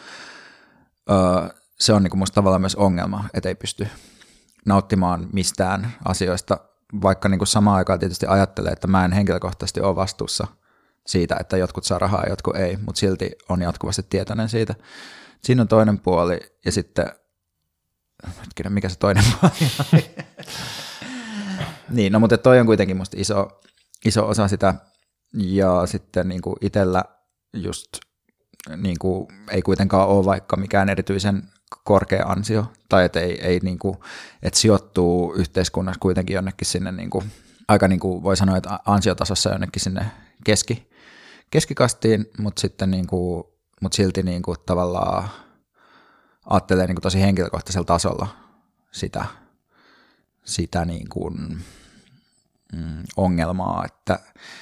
öö, se on niin kuin musta tavallaan myös ongelma, että ei pysty nauttimaan mistään asioista, vaikka niin kuin samaan aikaan tietysti ajattelee, että mä en henkilökohtaisesti ole vastuussa siitä, että jotkut saa rahaa ja jotkut ei, mutta silti on jatkuvasti tietoinen siitä. Siinä on toinen puoli ja sitten, hetkinen, mikä se toinen puoli on? Niin, no mutta toi on kuitenkin musta iso, iso osa sitä ja sitten niin kuin itsellä just niin kuin ei kuitenkaan ole vaikka mikään erityisen korkea ansio tai että ei, ei niin kuin, että sijoittuu yhteiskunnassa kuitenkin jonnekin sinne niin kuin, aika niin kuin voi sanoa, että ansiotasossa jonnekin sinne keski, keskikastiin, mutta sitten niin kuin, mut silti niin kuin tavallaan ajattelee niin kuin tosi henkilökohtaisella tasolla sitä, sitä niin kuin, mm, ongelmaa, että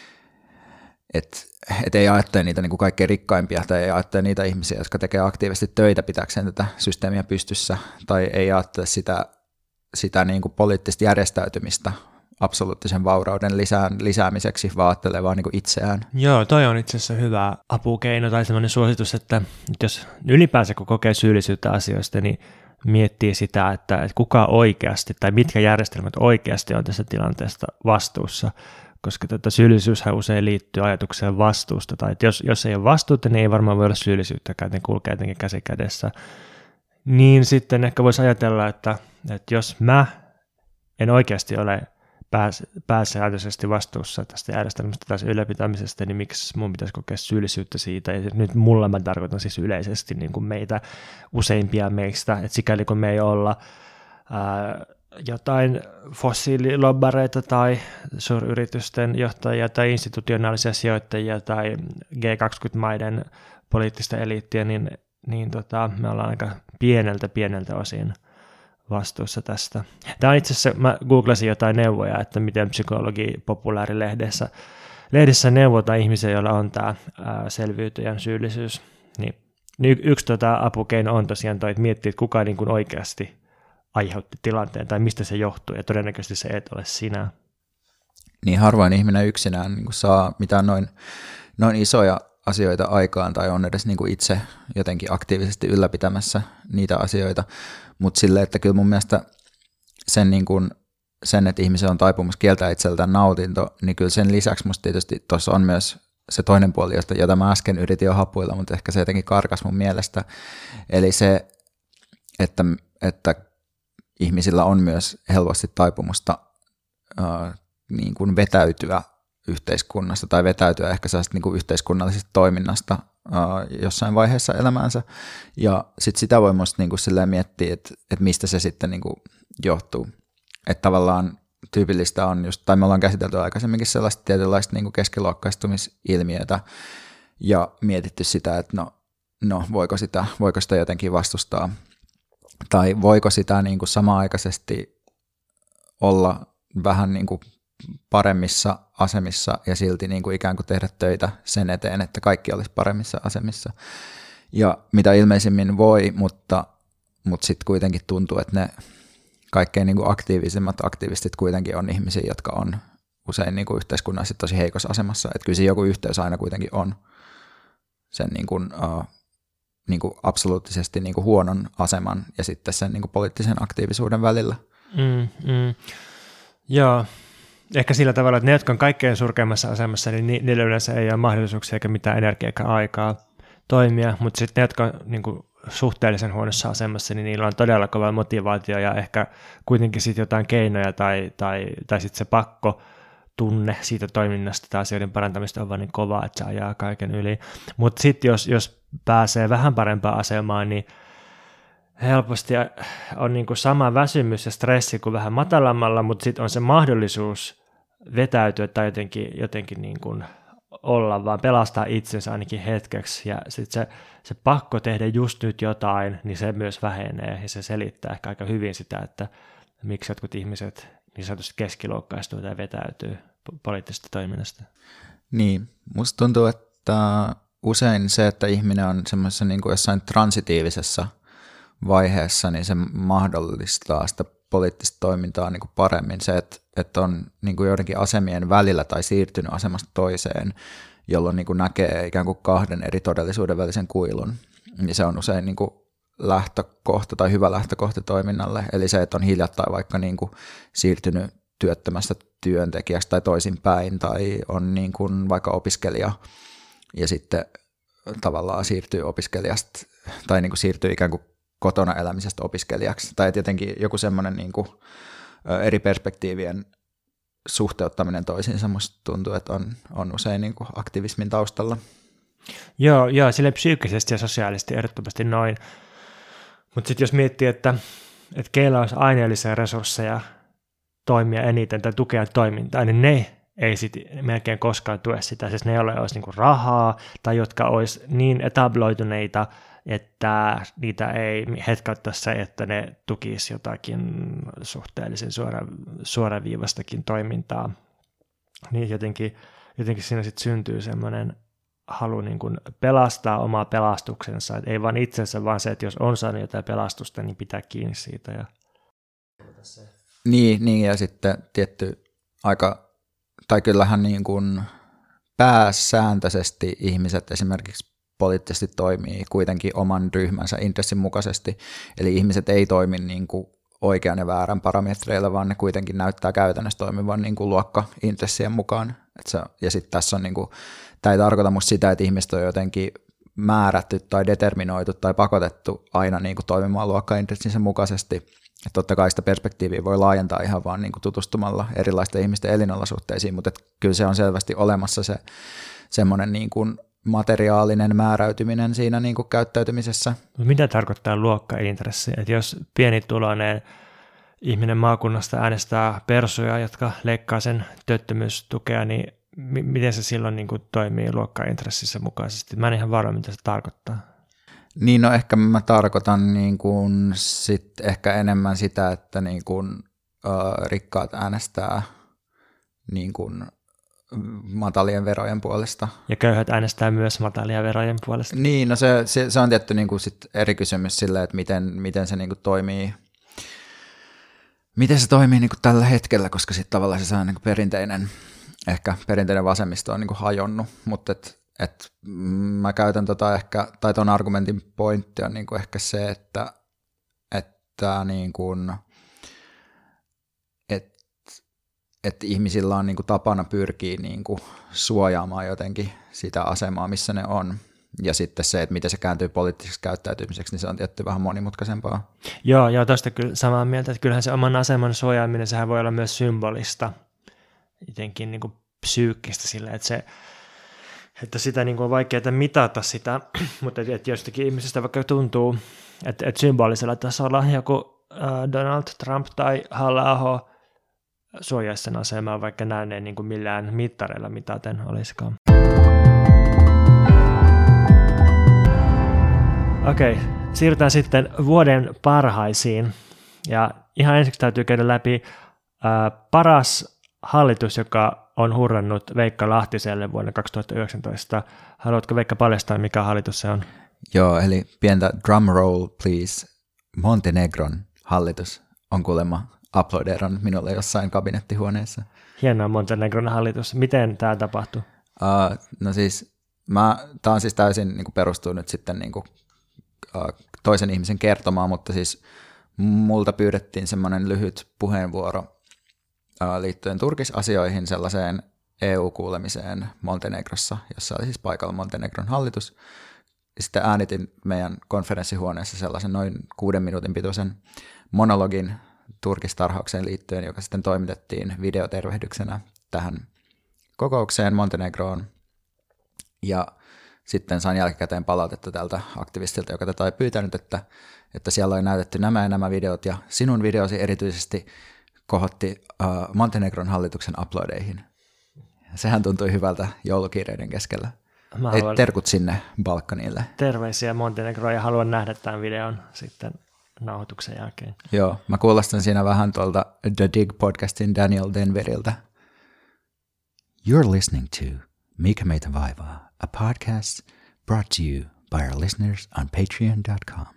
et, et ei ajattele niitä niin kuin kaikkein rikkaimpia tai ei ajattele niitä ihmisiä, jotka tekee aktiivisesti töitä pitääkseen tätä systeemiä pystyssä tai ei ajattele sitä, sitä niin kuin poliittista järjestäytymistä absoluuttisen vaurauden lisään, lisäämiseksi, vaan ajattelee vaan niin kuin itseään. Joo, toi on itse asiassa hyvä apukeino tai sellainen suositus, että jos ylipäänsä kun kokee syyllisyyttä asioista, niin miettii sitä, että, että kuka oikeasti tai mitkä järjestelmät oikeasti on tässä tilanteesta vastuussa, koska tätä syyllisyyshän usein liittyy ajatukseen vastuusta, tai että jos, jos ei ole vastuuta, niin ei varmaan voi olla syyllisyyttäkään, ne kulkee jotenkin käsi kädessä. Niin sitten ehkä voisi ajatella, että, että jos mä en oikeasti ole pääsääntöisesti vastuussa tästä järjestelmästä tai ylläpitämisestä, niin miksi mun pitäisi kokea syyllisyyttä siitä? Ja nyt mulla mä tarkoitan siis yleisesti niin kuin meitä, useimpia meistä, että sikäli kun me ei olla ää, jotain fossiililobbareita tai suuryritysten johtajia tai institutionaalisia sijoittajia tai G kaksikymmentä-maiden poliittista eliittiä, niin, niin tota, me ollaan aika pieneltä pieneltä osin vastuussa tästä. Tämä on itse asiassa, mä googlasin jotain neuvoja, että miten psykologi populaarilehdessä lehdessä neuvotaan ihmisiä, joilla on tämä ää, selviytyjän syyllisyys. Niin, niin yksi tota, apukeino on tosiaan toi, että miettii, että kuka niin kuin oikeasti aiheutti tilanteen tai mistä se johtuu, ja todennäköisesti se et ole sinä. Niin harvoin ihminen yksinään niin kuin saa mitään noin, noin isoja asioita aikaan tai on edes niin kuin itse jotenkin aktiivisesti ylläpitämässä niitä asioita, mutta silleen, että kyllä mun mielestä sen, niin kuin, sen että ihmisen on taipumassa kieltää itseltään nautinto, niin kyllä sen lisäksi musta tietysti tuossa on myös se toinen puoli, josta, jota mä äsken yritin jo hapuilla, mutta ehkä se jotenkin karkas mun mielestä, eli se, että, että ihmisillä on myös helposti taipumusta äh, niin kuin vetäytyä yhteiskunnasta tai vetäytyä ehkä sellaista niin kuin yhteiskunnallisesta toiminnasta uh, jossain vaiheessa elämäänsä. Ja sitten sitä voi musta niin kuin silleen miettiä, että, että mistä se sitten niin kuin johtuu. Että tavallaan tyypillistä on just, tai me ollaan käsitelty aikaisemminkin sellaista tietynlaista niin kuin keskiluokkaistumisilmiötä ja mietitty sitä, että no, no voiko, sitä, voiko sitä jotenkin vastustaa tai voiko sitä niin kuin samaaikaisesti olla vähän niin kuin paremmissa asemissa ja silti niin kuin ikään kuin tehdä töitä sen eteen, että kaikki olisi paremmissa asemissa. Ja mitä ilmeisimmin voi, mutta, mutta sitten kuitenkin tuntuu, että ne kaikkein niin kuin aktiivisimmat aktivistit kuitenkin on ihmisiä, jotka on usein niin kuin yhteiskunnallisesti tosi heikossa asemassa. Että kyllä se joku yhteys aina kuitenkin on sen niin kuin, uh, niin kuin absoluuttisesti niin kuin huonon aseman ja sitten sen niin kuin poliittisen aktiivisuuden välillä. Mm, mm. Joo, ehkä sillä tavalla, että ne, jotka on kaikkein surkeimmassa asemassa, niin niillä yleensä ei ole mahdollisuuksia eikä mitään energiaa eikä aikaa toimia, mutta sitten ne, jotka on niin kuin suhteellisen huonossa asemassa, niin niillä on todella kova motivaatio ja ehkä kuitenkin sitten jotain keinoja tai, tai, tai sitten se pakko tunne siitä toiminnasta tai asioiden parantamista on vaan niin kova, että se ajaa kaiken yli. Mutta sitten jos, jos pääsee vähän parempaan asemaan, niin helposti on niin kuin sama väsymys ja stressi kuin vähän matalammalla, mutta sitten on se mahdollisuus vetäytyä tai jotenkin, jotenkin niin kuin olla, vaan pelastaa itsensä ainakin hetkeksi. Ja sitten se, se pakko tehdä just nyt jotain, niin se myös vähenee ja se selittää ehkä aika hyvin sitä, että miksi jotkut ihmiset niin sanotusti keskiluokkaistuu tai vetäytyy poliittisesta toiminnasta. Niin, musta tuntuu, että usein se, että ihminen on semmoisessa niin kuin jossain transitiivisessa vaiheessa, niin se mahdollistaa sitä poliittista toimintaa niin kuin paremmin. Se, että, että on niin kuin joidenkin asemien välillä tai siirtynyt asemasta toiseen, jolloin niin kuin näkee ikään kuin kahden eri todellisuuden välisen kuilun. Niin se on usein niin kuin lähtökohta tai hyvä lähtökohta toiminnalle. Eli se, että on hiljattain vaikka niin kuin siirtynyt työttömästä työntekijäksi tai toisinpäin, tai on niin kuin vaikka opiskelija ja sitten tavallaan siirtyy opiskelijasta tai niin kuin siirtyy ikään kuin kotona elämisestä opiskelijaksi. Tai jotenkin joku semmoinen niin kuin eri perspektiivien suhteuttaminen toisiinsa musta tuntuu, että on, on usein niin kuin aktivismin taustalla. Joo, joo, sille psyykkisesti ja sosiaalisesti ehdottomasti noin. Mutta sitten jos miettii, että, että keillä olisi aineellisia resursseja toimia eniten tai tukea toimintaa, niin ne ei sitten melkein koskaan tue sitä. Siis ne, joilla olisi niinku rahaa tai jotka olisi niin etabloituneita, että niitä ei hetkauttaisi se, että ne tukisi jotakin suhteellisen suora, suoraviivastakin toimintaa. Niin jotenkin, jotenkin siinä sitten syntyy semmoinen halu niin kuin pelastaa omaa pelastuksensa, että ei vaan itsensä, vaan se, että jos on saanut jotain pelastusta, niin pitää kiinni siitä. Ja... Niin, niin, ja sitten tietty aika, tai kyllähän niin kuin pääsääntöisesti ihmiset esimerkiksi poliittisesti toimii kuitenkin oman ryhmänsä intressin mukaisesti, eli ihmiset ei toimi niin kuin oikean ja väärän parametreilla, vaan ne kuitenkin näyttää käytännössä toimivan niin kuin luokka-intressien mukaan. Et se, ja sitten tässä on, niin kuin, tämä ei tarkoita musta sitä, että ihmiset on jotenkin määrätty tai determinoitu tai pakotettu aina niin kuin toimimaan luokka-intressinsä mukaisesti. Että totta kai sitä perspektiiviä voi laajentaa ihan vaan niin kuin tutustumalla erilaisten ihmisten elinolosuhteisiin, mutta kyllä se on selvästi olemassa se semmoinen niin kuin materiaalinen määräytyminen siinä niin kuin käyttäytymisessä. Mitä tarkoittaa luokkaintressi? Että jos pienituloinen ihminen maakunnasta äänestää persuja, jotka leikkaa sen työttömyystukea, niin m- miten se silloin niin kuin toimii luokkaintressissä mukaisesti? Mä en ihan varma, mitä se tarkoittaa. Niin, no ehkä mä tarkoitan niin kuin sit ehkä enemmän sitä, että niin kuin, uh, rikkaat äänestää niin kuin matalien verojen puolesta. Ja köyhät äänestää myös matalia verojen puolesta. Niin, no se, se, se on tietty niin kuin sit eri kysymys sille, että miten, miten se niin kuin toimii, miten se toimii niin kuin tällä hetkellä, koska sitten tavallaan se on niin kuin perinteinen, ehkä perinteinen vasemmisto on niin kuin hajonnut, mutta et, et mä käytän tota ehkä, tai ton argumentin pointti on niin kuin ehkä se, että, että niin kuin, että ihmisillä on niin kuin tapana pyrkiä niin kuin suojaamaan jotenkin sitä asemaa, missä ne on. Ja sitten se, että miten se kääntyy poliittiseksi käyttäytymiseksi, niin se on tietty vähän monimutkaisempaa. Joo, joo, tuosta kyllä samaa mieltä, että kyllähän se oman aseman suojaaminen, sehän voi olla myös symbolista, jotenkin niin kuin psyykkistä sillä, että, se, että sitä niin kuin on vaikeaa mitata sitä, mutta että jostakin ihmisistä vaikka tuntuu, että, että symbolisella tasolla joku äh, Donald Trump tai Halla-aho suojaisi sen asemaa, vaikka näin ei niin kuin millään mittareilla mitaten olisikaan. Okei, siirrytään sitten vuoden parhaisiin. Ja ihan ensiksi täytyy käydä läpi ää, paras hallitus, joka on hurrannut Veikka Lahtiselle vuonna kaksituhattayhdeksäntoista. Haluatko Veikka paljastaa, mikä hallitus se on? Joo, eli pientä drum roll, please. Montenegron hallitus on kuulemma uploaderannut minulle jossain kabinettihuoneessa. Hienoa Montenegron hallitus. Miten tämä tapahtui? Uh, no siis, tämä on siis täysin niin kuin perustuu nyt sitten niin kuin, uh, toisen ihmisen kertomaan, mutta siis multa pyydettiin semmoinen lyhyt puheenvuoro uh, liittyen Turkisasioihin sellaiseen E U-kuulemiseen Montenegrossa, jossa oli siis paikalla Montenegron hallitus. Sitten äänitin meidän konferenssihuoneessa sellaisen noin kuuden minuutin pituisen monologin turkistarhaukseen liittyen, joka sitten toimitettiin videotervehdyksenä tähän kokoukseen Montenegroon. Ja sitten sain jälkikäteen palautetta tältä aktivistilta, joka tätä oli pyytänyt, että, että siellä oli näytetty nämä ja nämä videot, ja sinun videosi erityisesti kohotti uh, Montenegron hallituksen uploadeihin. Sehän tuntui hyvältä joulukiireiden keskellä. Ei, terkut sinne Balkanille. Terveisiä Montenegroon ja haluan nähdä tämän videon sitten nauhoituksen jälkeen. Joo, mä kuulostan siinä vähän tuolta The Dig-podcastin Daniel Denveriltä. You're listening to Mikä meitä vaivaa, a podcast brought to you by our listeners on patreon dot com.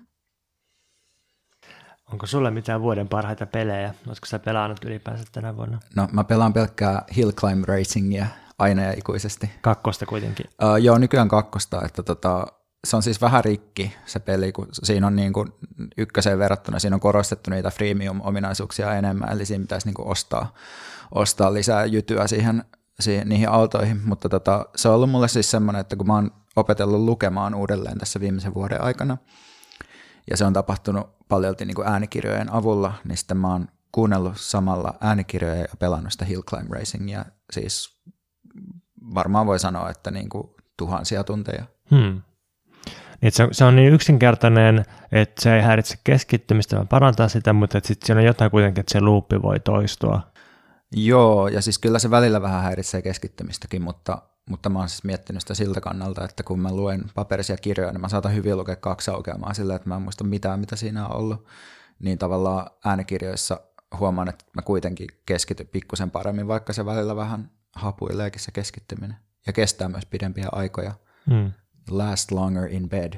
Onko sulle mitään vuoden parhaita pelejä? Oletko sä pelannut ylipäänsä tänä vuonna? No mä pelaan pelkkää Hill Climb Racingia aina ja ikuisesti. Kakkosta kuitenkin. Uh, joo, nykyään kakkosta, että tota, se on siis vähän rikki se peli, kun siinä on niin kuin ykköseen verrattuna, siinä on korostettu niitä freemium-ominaisuuksia enemmän, eli siinä pitäisi niin kuin ostaa, ostaa lisää jytyä siihen, siihen, niihin autoihin, mutta tota, se on ollut mulle siis semmoinen, että kun mä oon opetellut lukemaan uudelleen tässä viimeisen vuoden aikana, ja se on tapahtunut paljolti niin kuin äänikirjojen avulla, niin sitten mä oon kuunnellut samalla äänikirjoja ja pelannut sitä Hill Climb Racingia, siis varmaan voi sanoa, että niin kuin tuhansia tunteja. Hmm. Niin se, se on niin yksinkertainen, että se ei häiritse keskittymistä, vaan parantaa sitä, mutta sitten siinä on jotain kuitenkin, että se luuppi voi toistua. Joo, ja siis kyllä se välillä vähän häiritsee keskittymistäkin, mutta, mutta mä oon siis miettinyt sitä siltä kannalta, että kun mä luen paperisia kirjoja, niin mä saatan hyvin lukea kaksi aukeamaa sillä, että mä en muista mitään, mitä siinä on ollut. Niin tavallaan äänikirjoissa huomaan, että mä kuitenkin keskityn pikkusen paremmin, vaikka se välillä vähän hapuileekin se keskittyminen. Ja kestää myös pidempiä aikoja. Hmm. Last longer in bed.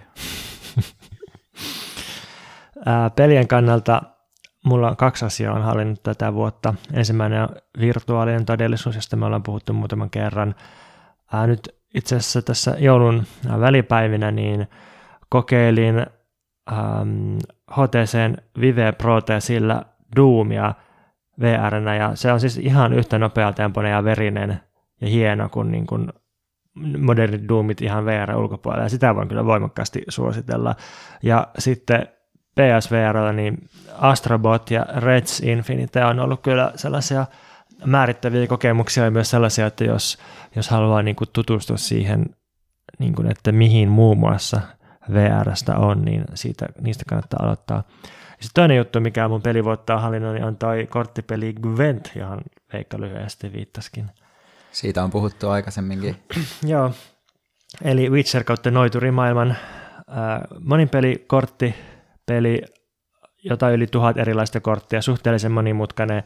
Ää, pelien kannalta mulla on kaksi asiaa on hallinnut tätä vuotta. Ensimmäinen on virtuaalinen todellisuus, josta me ollaan puhuttu muutaman kerran. Ää, nyt itse asiassa tässä joulun välipäivinä niin kokeilin ähm, H T C:n Vive Prota ja sillä Doomia V R:nä, ja se on siis ihan yhtä nopeatempoinen ja verinen ja hieno kuin, niin kuin modernit Doomit ihan V R ulkopuolella, ja sitä voin kyllä voimakkaasti suositella. Ja sitten P S V R:llä niin Astrobot ja Reds Infinite on ollut kyllä sellaisia määrittäviä kokemuksia, ja myös sellaisia, että jos, jos haluaa niin kuin tutustua siihen, niin kuin, että mihin muun muassa V R:stä on, niin siitä, niistä kannattaa aloittaa. Sitten toinen juttu, mikä mun pelivuotta on hallinnut, niin on toi korttipeli Gwent, johon Veikka lyhyesti viittasikin. Siitä on puhuttu aikaisemminkin. Joo, eli Witcher kautta Noiturimaailman äh, monipeli, korttipeli, jota yli tuhat erilaista korttia, suhteellisen monimutkainen.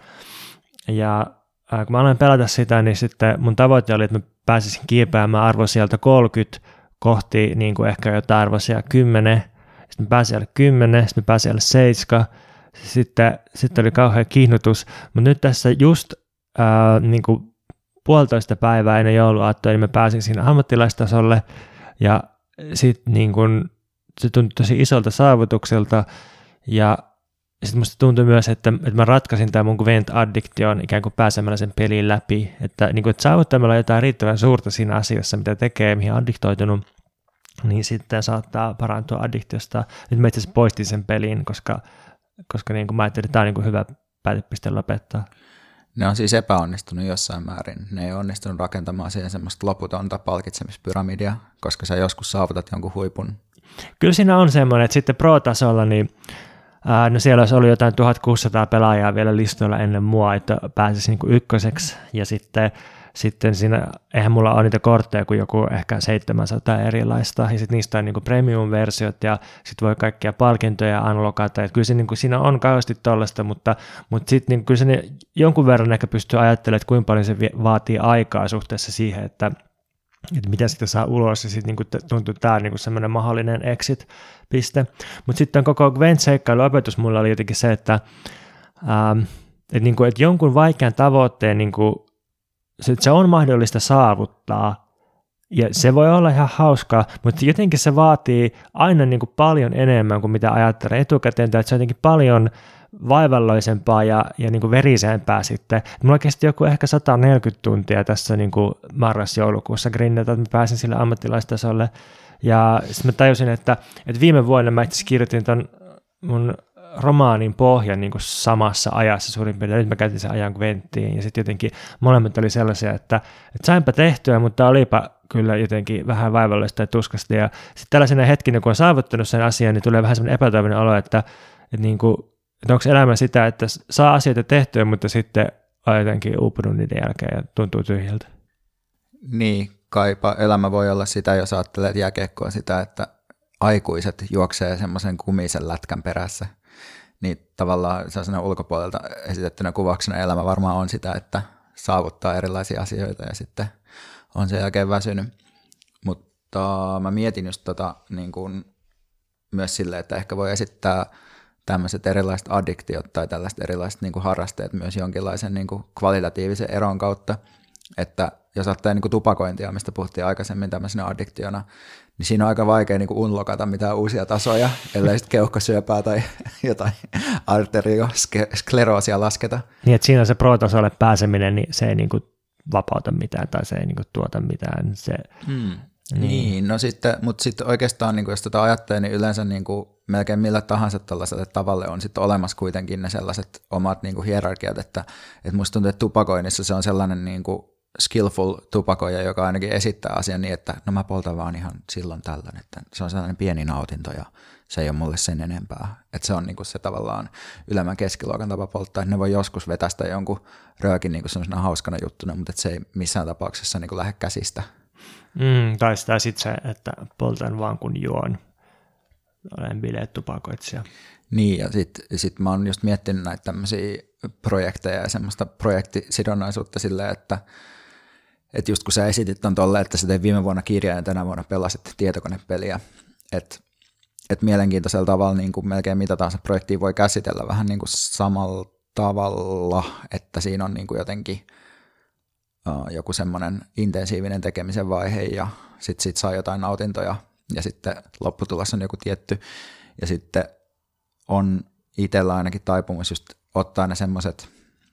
Ja äh, kun mä aloin pelata sitä, niin sitten mun tavoite oli, että mä pääsisin kiipeämään arvo sieltä kolmekymmentä kohti niin kuin ehkä jotain arvoisia kymmenen. Sitten mä pääsin alle kymmenen, sitten mä pääsin alle seitsemän. Sitten, sitten oli kauhean kiihnutus. Mutta nyt tässä just äh, niin kuin puolitoista päivää ennen jouluaattoa, niin mä pääsin siinä ammattilaistasolle, ja sitten niin kun, se tuntui tosi isolta saavutukselta, ja sitten musta tuntui myös, että, että mä ratkaisin tämän mun Gwent-addiktion ikään kuin pääsemällä sen pelin läpi, että, niin kun, että saavuttamalla jotain riittävän suurta siinä asiassa, mitä tekee, mihin addiktoitunut, niin sitten saattaa parantua addiktiosta. Nyt mä itse asiassa poistin sen pelin, koska, koska niin kun mä ajattelin, että tämä on niin kun hyvä päätepiste lopettaa. Ne on siis epäonnistunut jossain määrin. Ne ei onnistunut rakentamaan siihen semmoista loputonta palkitsemispyramidia, koska sä joskus saavutat jonkun huipun. Kyllä siinä on semmoinen, että sitten pro-tasolla niin Ää, no siellä olisi ollut jotain tuhatkuusisataa pelaajaa vielä listoilla ennen mua, että pääsisi niin kuin ykköseksi, ja sitten, sitten siinä, eihän mulla ole niitä kortteja kuin joku ehkä seitsemänsataa erilaista, ja sitten niistä on niin kuin premium-versiot, ja sitten voi kaikkia palkintoja unlockata, että kyllä se, niin kuin, siinä on kauheasti tollaista, mutta, mutta sitten niin kyllä se niin, jonkun verran ehkä pystyy ajattelemaan, että kuinka paljon se vaatii aikaa suhteessa siihen, että että mitä sitä saa ulos, ja sitten niinku tuntuu tämä niinku semmoinen mahdollinen exit-piste. Mutta sitten koko Gwent-seikkailuopetus mulla oli jotenkin se, että ähm, et niinku, et jonkun vaikean tavoitteen niinku, se, se on mahdollista saavuttaa, ja se voi olla ihan hauskaa, mutta jotenkin se vaatii aina niinku paljon enemmän kuin mitä ajattelee etukäteen, että se on jotenkin paljon vaivalloisempaa ja, ja niin kuin verisempää sitten. Mulla kesti joku ehkä sata neljäkymmentä tuntia tässä niin kuin marras-joulukuussa grindata, että mä pääsin sille ammattilaistasolle. Ja sitten mä tajusin, että, että viime vuonna mä itse kirjoitin ton mun romaanin pohjan niin kuin samassa ajassa suurin piirtein. Nyt mä käytin sen ajan Gwenttiin, ja sitten jotenkin molemmat oli sellaisia, että, että sainpa tehtyä, mutta olipa kyllä jotenkin vähän vaivallista ja tuskasta. Ja sitten tällaisena hetkinä, kun on saavuttanut sen asian, niin tulee vähän semmoinen epätoivoinen olo, että, että niin kuin että onko elämä sitä, että saa asioita tehtyä, mutta sitten on jotenkin uupunut niiden jälkeen ja tuntuu tyhjältä. Niin, kaipa elämä voi olla sitä, jos ajattelee, että jääkiekko on sitä, että aikuiset juoksee semmoisen kumisen lätkän perässä. Niin tavallaan sellaisena ulkopuolelta esitettynä kuvauksena elämä varmaan on sitä, että saavuttaa erilaisia asioita ja sitten on sen jälkeen väsynyt. Mutta mä mietin just tota niin kuin myös silleen, että ehkä voi esittää tämmöiset erilaiset addiktiot tai tällaiset erilaiset niin kuin harrasteet myös jonkinlaisen niin kuin kvalitatiivisen eron kautta, että jos ajattelee niin kuin tupakointia, mistä puhuttiin aikaisemmin tämmöisenä addiktiona, niin siinä on aika vaikea niin kuin unlockata mitään uusia tasoja, ellei sitten keuhkosyöpää tai jotain arterioskleroosia lasketa. Niin, että siinä on se pro-tasolle pääseminen, niin se ei niin kuin vapauta mitään tai se ei niin kuin tuota mitään. Se, hmm. Niin, niin no sitten, mutta sitten oikeastaan, niin kuin jos tätä ajattelee, niin yleensä niin kuin melkein millä tahansa tällaiselle tavalle on sitten olemassa kuitenkin ne sellaiset omat niin kuin hierarkiat, että, että musta tuntuu, että tupakoinnissa se on sellainen niin kuin skillful tupakoija, joka ainakin esittää asian niin, että no mä poltan vaan ihan silloin tällöin, että se on sellainen pieni nautinto ja se ei ole mulle sen enempää. Että se on niin kuin se tavallaan ylemmän keskiluokan tapa polttaa, että ne voi joskus vetästä jonkun röökin niin kuin sellaisena hauskana juttuna, mutta että se ei missään tapauksessa niin kuin lähde käsistä. Mm, tai sitä sitten se, että poltan vaan kun juon. Olen bileet tupakoitsija. Niin, ja sitten sit mä oon just miettinyt näitä tämmöisiä projekteja ja semmoista projektisidonnaisuutta silleen, että et just kun sä esitit on tolle, että sä tein viime vuonna kirjaa ja tänä vuonna pelasit tietokonepeliä, että et mielenkiintoisella tavalla niin kuin melkein mitä tahansa projektia voi käsitellä vähän niin kuin samalla tavalla, että siinä on niin kuin jotenkin uh, joku semmoinen intensiivinen tekemisen vaihe ja sitten sit saa jotain nautintoja ja sitten lopputulos on joku tietty ja sitten on itsellä ainakin taipumus just ottaa ne semmoiset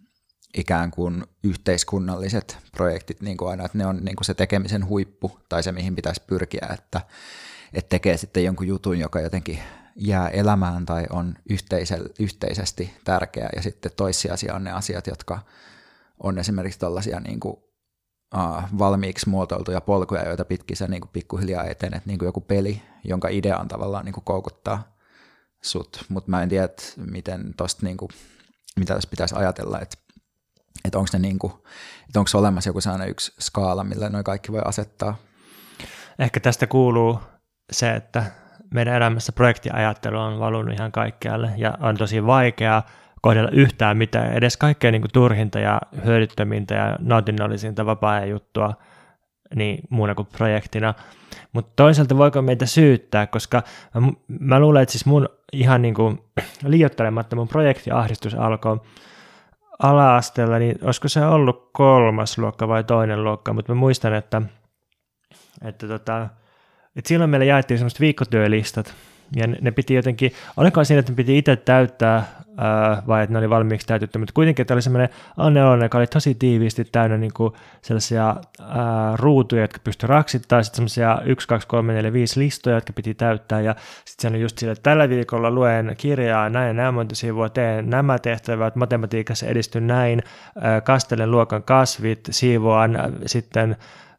ikään kuin yhteiskunnalliset projektit niin kuin aina, että ne on niin kuin se tekemisen huippu tai se, mihin pitäisi pyrkiä, että, että tekee sitten jonkun jutun, joka jotenkin jää elämään tai on yhteisesti tärkeä ja sitten toissijaisia on ne asiat, jotka on esimerkiksi tällaisia niin kuin, uh, valmiiksi muotoiltuja polkuja, joita pitkin sä niin kuin pikkuhiljaa etenet, niin kuin joku peli, jonka idea on tavallaan niin kuin koukuttaa sut, mutta mä en tiedä, että miten tosta niinku, mitä tässä pitäisi ajatella, että, että onko ne niinku, että onko olemassa joku sellainen yksi skaala, millä noi kaikki voi asettaa. Ehkä tästä kuuluu se, että meidän elämässä projektiajattelu on valunut ihan kaikkialle ja on tosi vaikeaa kohdella yhtään mitään, edes kaikkea niinku turhinta ja hyödyttömintä ja nautinnollisinta vapaa-ajan juttua niin muuna kuin projektina. Mutta toisaalta voiko meitä syyttää, koska mä, mä luulen, että siis mun ihan niin kuin liioittelematta mun projektiahdistus alkoi ala-asteella, niin olisiko se ollut kolmas luokka vai toinen luokka, mutta mä muistan, että, että, tota, että silloin meillä jaettiin semmoiset viikkotyölistat, ja ne, ne piti jotenkin, olikohan siinä, että ne piti itse täyttää, ää, vai että ne oli valmiiksi täytetty, mutta kuitenkin, että oli semmoinen A neljä, joka oli tosi tiiviisti täynnä niin kuin sellaisia ää, ruutuja, jotka pystyi raksittamaan, sitten semmoisia yksi, kaksi, kolme, neljä, viisi listoja, jotka piti täyttää, ja sitten se on just sillä, että tällä viikolla luen kirjaa, näin, näin monta sivua, teen nämä tehtävät, matematiikassa edistyn näin, ää, kastelen luokan kasvit, siivoan, sitten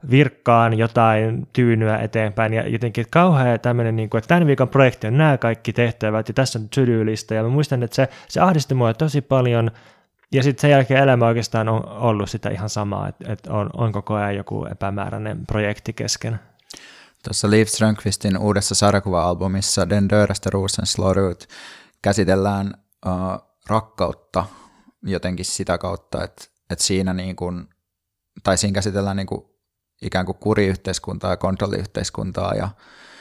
virkkaan jotain tyynyä eteenpäin ja jotenkin kauhean tämmöinen, niin kuin, että tämän viikon projekti on nämä kaikki tehtävät ja tässä on to-do-lista ja mä muistan, että se, se ahdisti mua tosi paljon ja sitten sen jälkeen elämä oikeastaan on ollut sitä ihan samaa, että, että on, on koko ajan joku epämääräinen projekti kesken. Tuossa Liv Strömqvistin uudessa sarjakuva-albumissa Den dödaste rosen slår ut käsitellään uh, rakkautta jotenkin sitä kautta, että, että siinä niin kuin, tai siinä käsitellään niin kuin ikään kuin kuriyhteiskuntaa ja kontrolliyhteiskuntaa ja,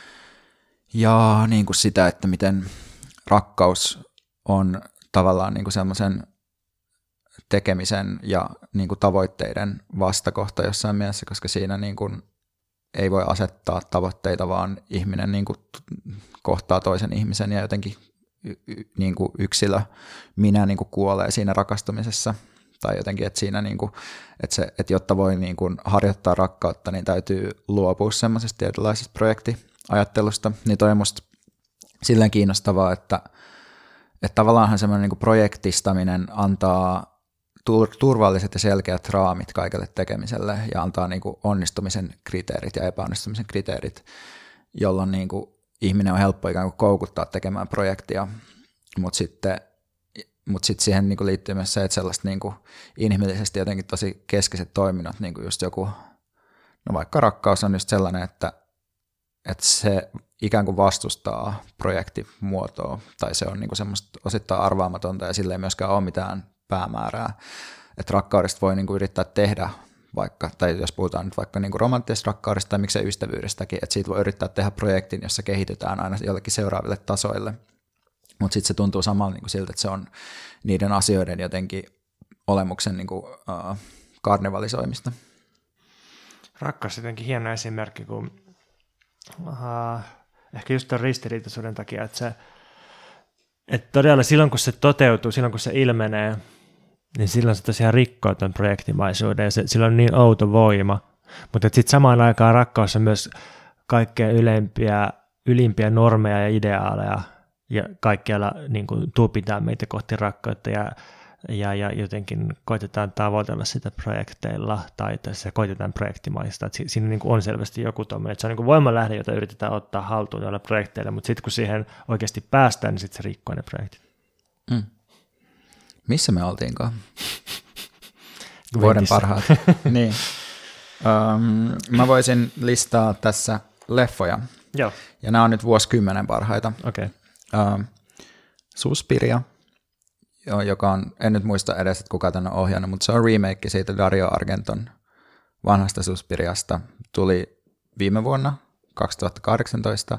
ja niin kuin sitä, että miten rakkaus on tavallaan niin kuin semmoisen tekemisen ja niin kuin tavoitteiden vastakohta jossain mielessä, koska siinä niin kuin ei voi asettaa tavoitteita, vaan ihminen niin kuin kohtaa toisen ihmisen ja jotenkin niin kuin yksilö, minä niin kuin kuolee siinä rakastumisessa. Tai jotenkin, että siinä, niin kuin, että, se, että jotta voi niin kuin harjoittaa rakkautta, niin täytyy luopua semmoisesta tietynlaisesta projektiajattelusta. Niin toi on musta silleen kiinnostavaa, että, että tavallaanhan semmoinen niin kuin projektistaminen antaa turvalliset ja selkeät raamit kaikelle tekemiselle ja antaa niin kuin onnistumisen kriteerit ja epäonnistumisen kriteerit, jolloin niin kuin ihminen on helppo ikään kuin koukuttaa tekemään projektia, mutta sitten Mutta sitten siihen niinku liittyy myös se, että sellaiset niinku inhimillisesti jotenkin tosi keskeiset toiminnot, niinku just joku, no vaikka rakkaus on just sellainen, että, että se ikään kuin vastustaa projektimuotoa, tai se on niinku semmoista osittain arvaamatonta, ja sillä ei myöskään ole mitään päämäärää. Että rakkaudesta voi niinku yrittää tehdä vaikka, tai jos puhutaan nyt vaikka niinku romanttisesta rakkaudesta, tai miksei ystävyydestäkin, että siitä voi yrittää tehdä projektin, jossa kehitytään aina jollekin seuraaville tasoille. Mutta sitten se tuntuu samalla niin kuin siltä, että se on niiden asioiden jotenkin olemuksen niin kuin, uh, karnevalisoimista. Rakkaus jotenkin hieno esimerkki, kun uh, ehkä just tämän ristiriitaisuuden takia, että, se, että todella silloin kun se toteutuu, silloin kun se ilmenee, niin silloin se tosiaan rikkoo tämän projektimaisuuden ja se, sillä on niin outo voima. Mutta sitten samaan aikaan rakkaus on myös kaikkein ylempiä, ylimpiä normeja ja ideaaleja, ja kaikkialla niin kuin, tuupitaan meitä kohti rakkautta ja, ja, ja jotenkin koitetaan tavoitella sitä projekteilla tai tässä koitetaan projektimaista. Että siinä niin kuin on selvästi joku tuommoinen, että se on niin kuin voimanlähde, jota yritetään ottaa haltuun noilla projekteilla, mutta sitten kun siihen oikeasti päästään, niin sitten se rikkoo ne projektit. Mm. Missä me oltiinkaan? Vuoden parhaat. Niin. Um, mä voisin listaa tässä leffoja. Joo. Ja nämä on nyt vuosikymmenen parhaita. Okei. Okay. Uh, Suspiria, joka on, en nyt muista edes, että kuka tämän on ohjannut, mutta se on remake siitä Dario Argenton vanhasta Suspiriasta. Tuli viime vuonna, kaksituhattakahdeksantoista.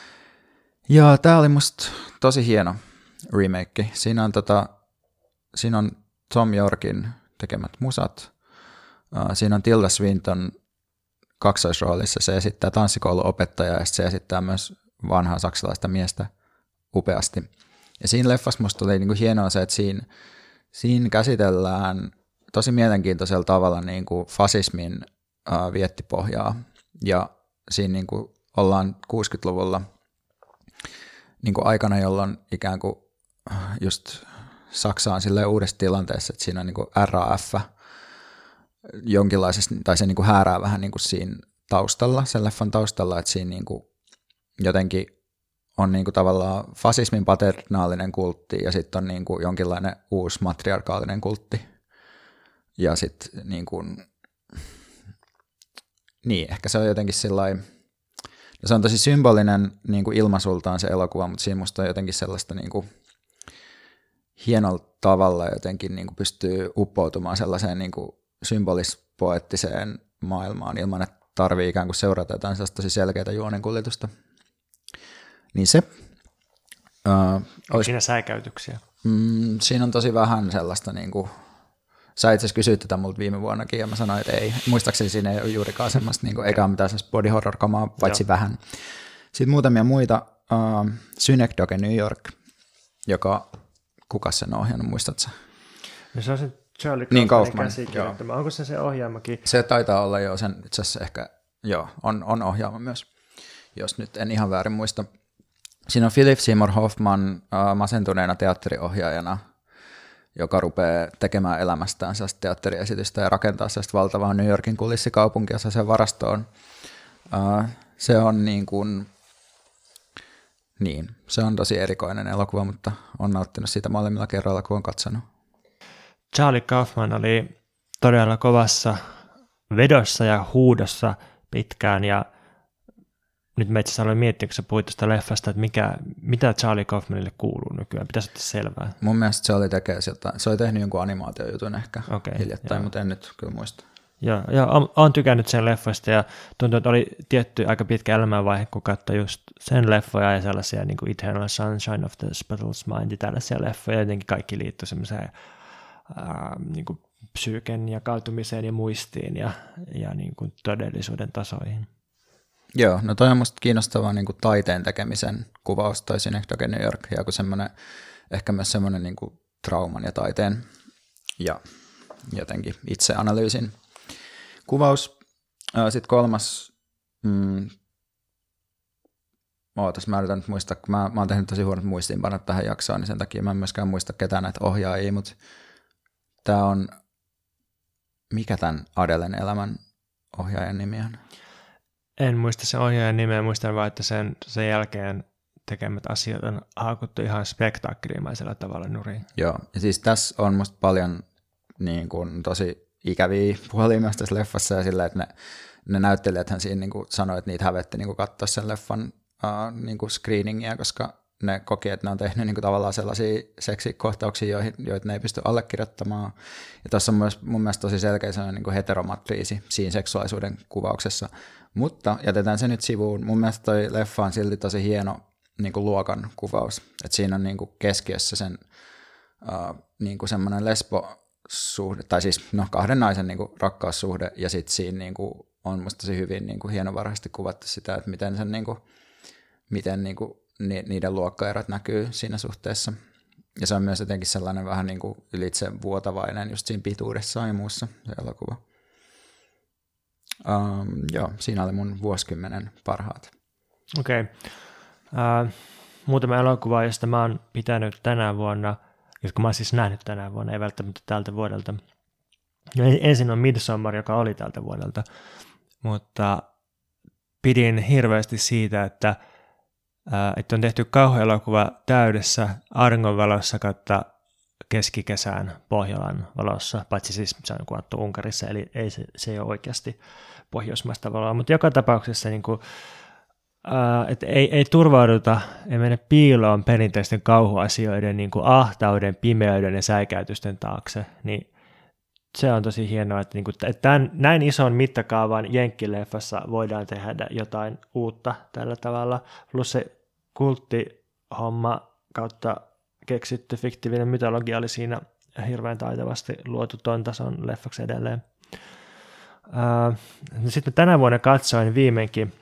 Ja tämä oli musta tosi hieno remake. Siinä on, tota, siinä on Tom Yorkin tekemät musat. Uh, siinä on Tilda Swinton kaksoisroolissa. Se esittää tanssikouluopettajaa ja se esittää myös vanhaa saksalaista miestä upeasti. Ja siinä leffassa musta oli niinku hienoa se, että siinä, siinä käsitellään tosi mielenkiintoisella tavalla niinku fasismin ää, viettipohjaa. Ja siinä niinku ollaan kuusikymmentäluvulla niinku aikana, jolloin ikään kuin just Saksa on silleen uudessa tilanteessa, että siinä on niinku R A F jonkinlaisessa, tai se niinku häärää vähän niinku siinä taustalla, sen leffan taustalla, että siinä niinku jotenkin on niinku tavallaan fasismin paternaalinen kultti ja sitten on niinku jonkinlainen uusi matriarkaalinen kultti. Ja sitten niinku, niin, ehkä se on jotenkin sellainen, no se on tosi symbolinen niinku ilmaisultaan se elokuva, mutta siinä musta on jotenkin sellaista niinku hienolla tavalla jotenkin niinku pystyy uppoutumaan sellaiseen niinku symbolis-poettiseen maailmaan ilman, että tarvii ikään kuin seurata jotain sellaista tosi selkeää juonenkuljetusta. Niin se. Uh, Onko siinä säikäytyksiä? Mm, siinä on tosi vähän sellaista, niin kuin, sä itse asiassa kysyit tätä multa viime vuonnakin ja mä sanoin, että ei. Muistaakseni siinä ei ole juurikaan semmoista, niin kuin, eikä ole mitään semmoista body horror-kamaa, paitsi Joo. vähän. Sitten muutamia muita. Uh, Synecdoche New York, joka, kuka sen on ohjannut, muistatko? No se on se Charlie niin, Kaufmanin käsikirjoittama. Onko se se ohjaamakin? Se taitaa olla jo sen, itse asiassa ehkä, joo, on, on ohjaama myös, jos nyt en ihan väärin muista. Siinä on Philip Seymour Hoffman uh, masentuneena teatteriohjaajana joka rupeaa tekemään elämästään sellaista teatteriesitystä ja rakentaa sellaista valtavaa New Yorkin kulissikaupunkia sen varastoon. Uh, se on niin kuin, niin, se on tosi erikoinen elokuva, mutta on nauttinut siitä molemmilla kerralla, kun on katsonut. Charlie Kaufman oli todella kovassa vedossa ja huudossa pitkään, ja nyt mä itse asiassa aloin miettiä, kun sä puhuit tuosta leffasta, että mikä, mitä Charlie Kaufmanille kuuluu nykyään. Pitäisi ottaa selvää. Mun mielestä se oli, tekee sieltä, se oli tehnyt jonkun animaatiojutun ehkä okay, hiljattain, joo. mutta en nyt kyllä muista. Joo, joo, olen tykännyt sen leffasta ja tuntuu, että oli tietty aika pitkä elämänvaihe, kun katsoi just sen leffoja ja sellaisia niin kuin Eternal Sunshine of the Spotless Mind ja tällaisia leffoja. Jotenkin kaikki liittyi semmoiseen ää, niin kuin psyyken jakautumiseen ja muistiin ja, ja niin kuin todellisuuden tasoihin. Joo, no toi on musta kiinnostavaa niin kuin taiteen tekemisen kuvaus, toi Synecdoche New York, ja kun semmoinen, ehkä myös semmoinen niin kuin trauman ja taiteen ja jotenkin itseanalyysin kuvaus. Sitten kolmas, mm, ootas, mä yritän nyt muistaa, kun mä, mä oon tehnyt tosi huonot muistiinpanot tähän jaksoon, niin sen takia mä en myöskään muista ketään näitä ohjaajia, mutta tää on, mikä tämän Adelen elämän ohjaajan nimi on? En muista sen ohjaajan nimeä, muistan vaan, että sen, sen jälkeen tekemät asiat on haakuttu ihan spektaakkelimaisella tavalla nuriin. Joo, ja siis tässä on musta paljon niin kuin, tosi ikäviä puolia myös tässä leffassa, ja sillä, että ne, ne näyttelijäthän siinä niin kuin sanoi, että niitä hävetti niin kuin katsoa sen leffan uh, niin kuin screeningia, koska ne koki, että ne on tehnyt niin kuin tavallaan sellaisia seksikohtauksia, joihin, joita ne ei pysty allekirjoittamaan. Ja tuossa on myös mun mielestä tosi selkeä sellainen niin kuin heteromatriisi siinä seksuaalisuuden kuvauksessa. Mutta jätetään se nyt sivuun. Mun mielestä toi leffa on silti tosi hieno niin kuin luokan kuvaus. Että siinä on niin kuin keskiössä sen uh, niin kuin semmoinen lesbosuhde, tai siis no, kahden naisen niin kuin rakkaussuhde, ja sitten siinä niin kuin on musta tosi hyvin niin kuin hienovaraisesti kuvattu sitä, että miten, sen, niin kuin, miten niin kuin niiden luokkaerot näkyy siinä suhteessa. Ja se on myös jotenkin sellainen vähän niin kuin ylitse vuotavainen just siinä pituudessaan ja muussa se elokuva. Um, joo, siinä oli mun vuosikymmenen parhaat. Okei. Okay. Uh, muutama elokuva, josta mä oon pitänyt tänä vuonna, jotka mä oon siis nähnyt tänä vuonna, ei välttämättä tältä vuodelta. Ja ensin on Midsommar, joka oli tältä vuodelta, mutta pidin hirveästi siitä, että että on tehty kauhuelokuva täydessä auringonvalossa kautta keskikesään Pohjolan valossa, paitsi siis se on kuvattu Unkarissa, eli ei se, se ei ole oikeasti pohjoismaista valoa, mutta joka tapauksessa niin kuin, ää, että ei, ei turvauduta, ei mene piiloon perinteisten kauhuasioiden niin kuin ahtauden, pimeyden ja säikäytysten taakse, niin se on tosi hienoa, että, niin kuin, että tämän, näin ison mittakaavan jenkkileffassa voidaan tehdä jotain uutta tällä tavalla. Plus se kulttihomma kautta keksitty fiktiivinen mytologia oli siinä hirveän taitavasti luotu ton tason leffaksi edelleen. Uh, sitten tänä vuonna katsoin viimeinkin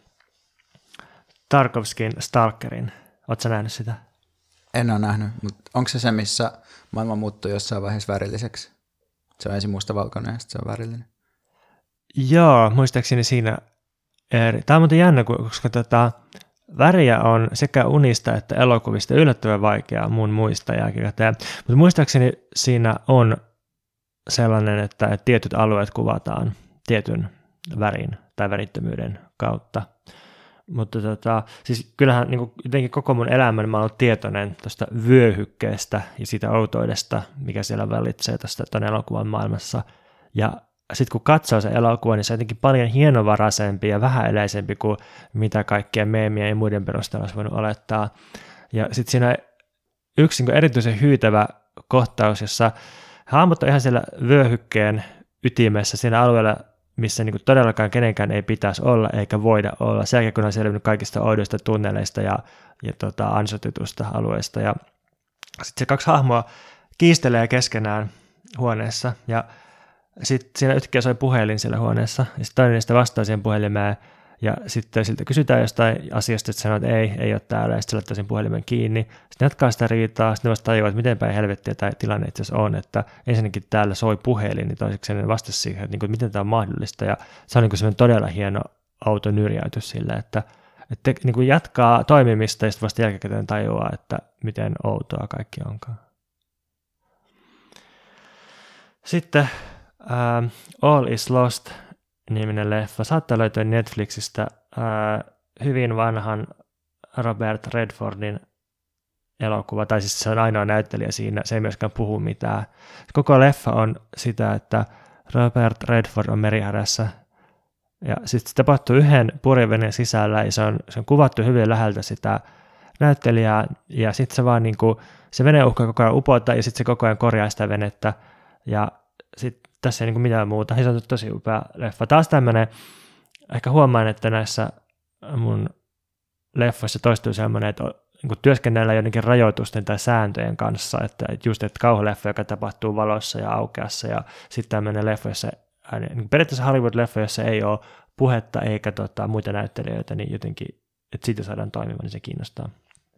Tarkovskin Stalkerin. Ootko sä nähnyt sitä? En ole nähnyt, mutta onko se se, missä maailma muuttui jossain vaiheessa värilliseksi? Se on ensin mustavalkoinen ja sitten se on värillinen. Joo, muistaakseni siinä eri. Tämä on muuten jännä, koska tota, väriä on sekä unista että elokuvista yllättävän vaikeaa mun muistaa jälkikäteen. Mutta muistaakseni siinä on sellainen, että tietyt alueet kuvataan tietyn värin tai värittömyyden kautta. Mutta tota, siis kyllähän niin kuin jotenkin koko mun elämän mä oon ollut tietoinen tuosta vyöhykkeestä ja siitä outoudesta, mikä siellä välitsee tuon elokuvan maailmassa. Ja sitten kun katsoo sen elokuvan, niin se on jotenkin paljon hienovaraisempi ja vähäeläisempi kuin mitä kaikkea meemiä ja muiden perusteella olisi voinut olettaa. Ja sitten siinä yksi niin erityisen hyytävä kohtaus, jossa hahmot on ihan siellä vyöhykkeen ytimessä siinä alueella, missä niin kuin todellakaan kenenkään ei pitäisi olla eikä voida olla. Sen jälkeen, kun on selvinnyt kaikista oudoista tunneleista ja, ja tota, ansotetusta alueista. Ja sitten se kaksi hahmoa kiistelee keskenään huoneessa ja sitten siinä yhtäkkiä soi puhelin siellä huoneessa ja sitten toinen niistä vastaa siihen puhelimeen ja sitten siltä kysytään jostain asiasta, että sanoo, että ei, ei ole täällä ja sitten se laittaa sen puhelimen kiinni. Sitten jatkaa sitä riitaa, sitten ne vasta tajuaa, että miten päin helvettiä tämä tilanne itse asiassa on, että ensinnäkin täällä soi puhelin, niin toiseksi ne vastasi siihen, että, niin kuin, että miten tämä on mahdollista ja se on niin kuin semmoinen todella hieno autonyrjäytys sille, että, että niin kuin jatkaa toimimista ja sitten vasta jälkikäteen tajuaa, että miten outoa kaikki onkaan. Sitten uh, All is Lost-niminen leffa. Saattaa löytyä Netflixistä uh, hyvin vanhan Robert Redfordin elokuva, tai siis se on ainoa näyttelijä siinä, se ei myöskään puhu mitään. Koko leffa on sitä, että Robert Redford on merihädässä, ja sitten se tapahtuu yhden purjeveneen sisällä, ja se on, se on kuvattu hyvin läheltä sitä näyttelijää, ja sitten se vaan niinku, se vene uhkaa koko ajan upota, ja sitten se koko ajan korjaa sitä venettä, ja sitten tässä ei niinku mitään muuta. Se on tosi upea leffa. Taas tämmöinen, ehkä huomaan, että näissä mun leffoissa toistuu semmoinen, että niin työskennellään jotenkin rajoitusten tai sääntöjen kanssa, että just että kauhuleffa, joka tapahtuu valossa ja aukeassa, ja sitten tämmöinen leffa, jossa niin periaatteessa Hollywood-leffa, jossa ei ole puhetta eikä tota, muita näyttelijöitä, niin jotenkin, että siitä saadaan toimimaan, niin se kiinnostaa.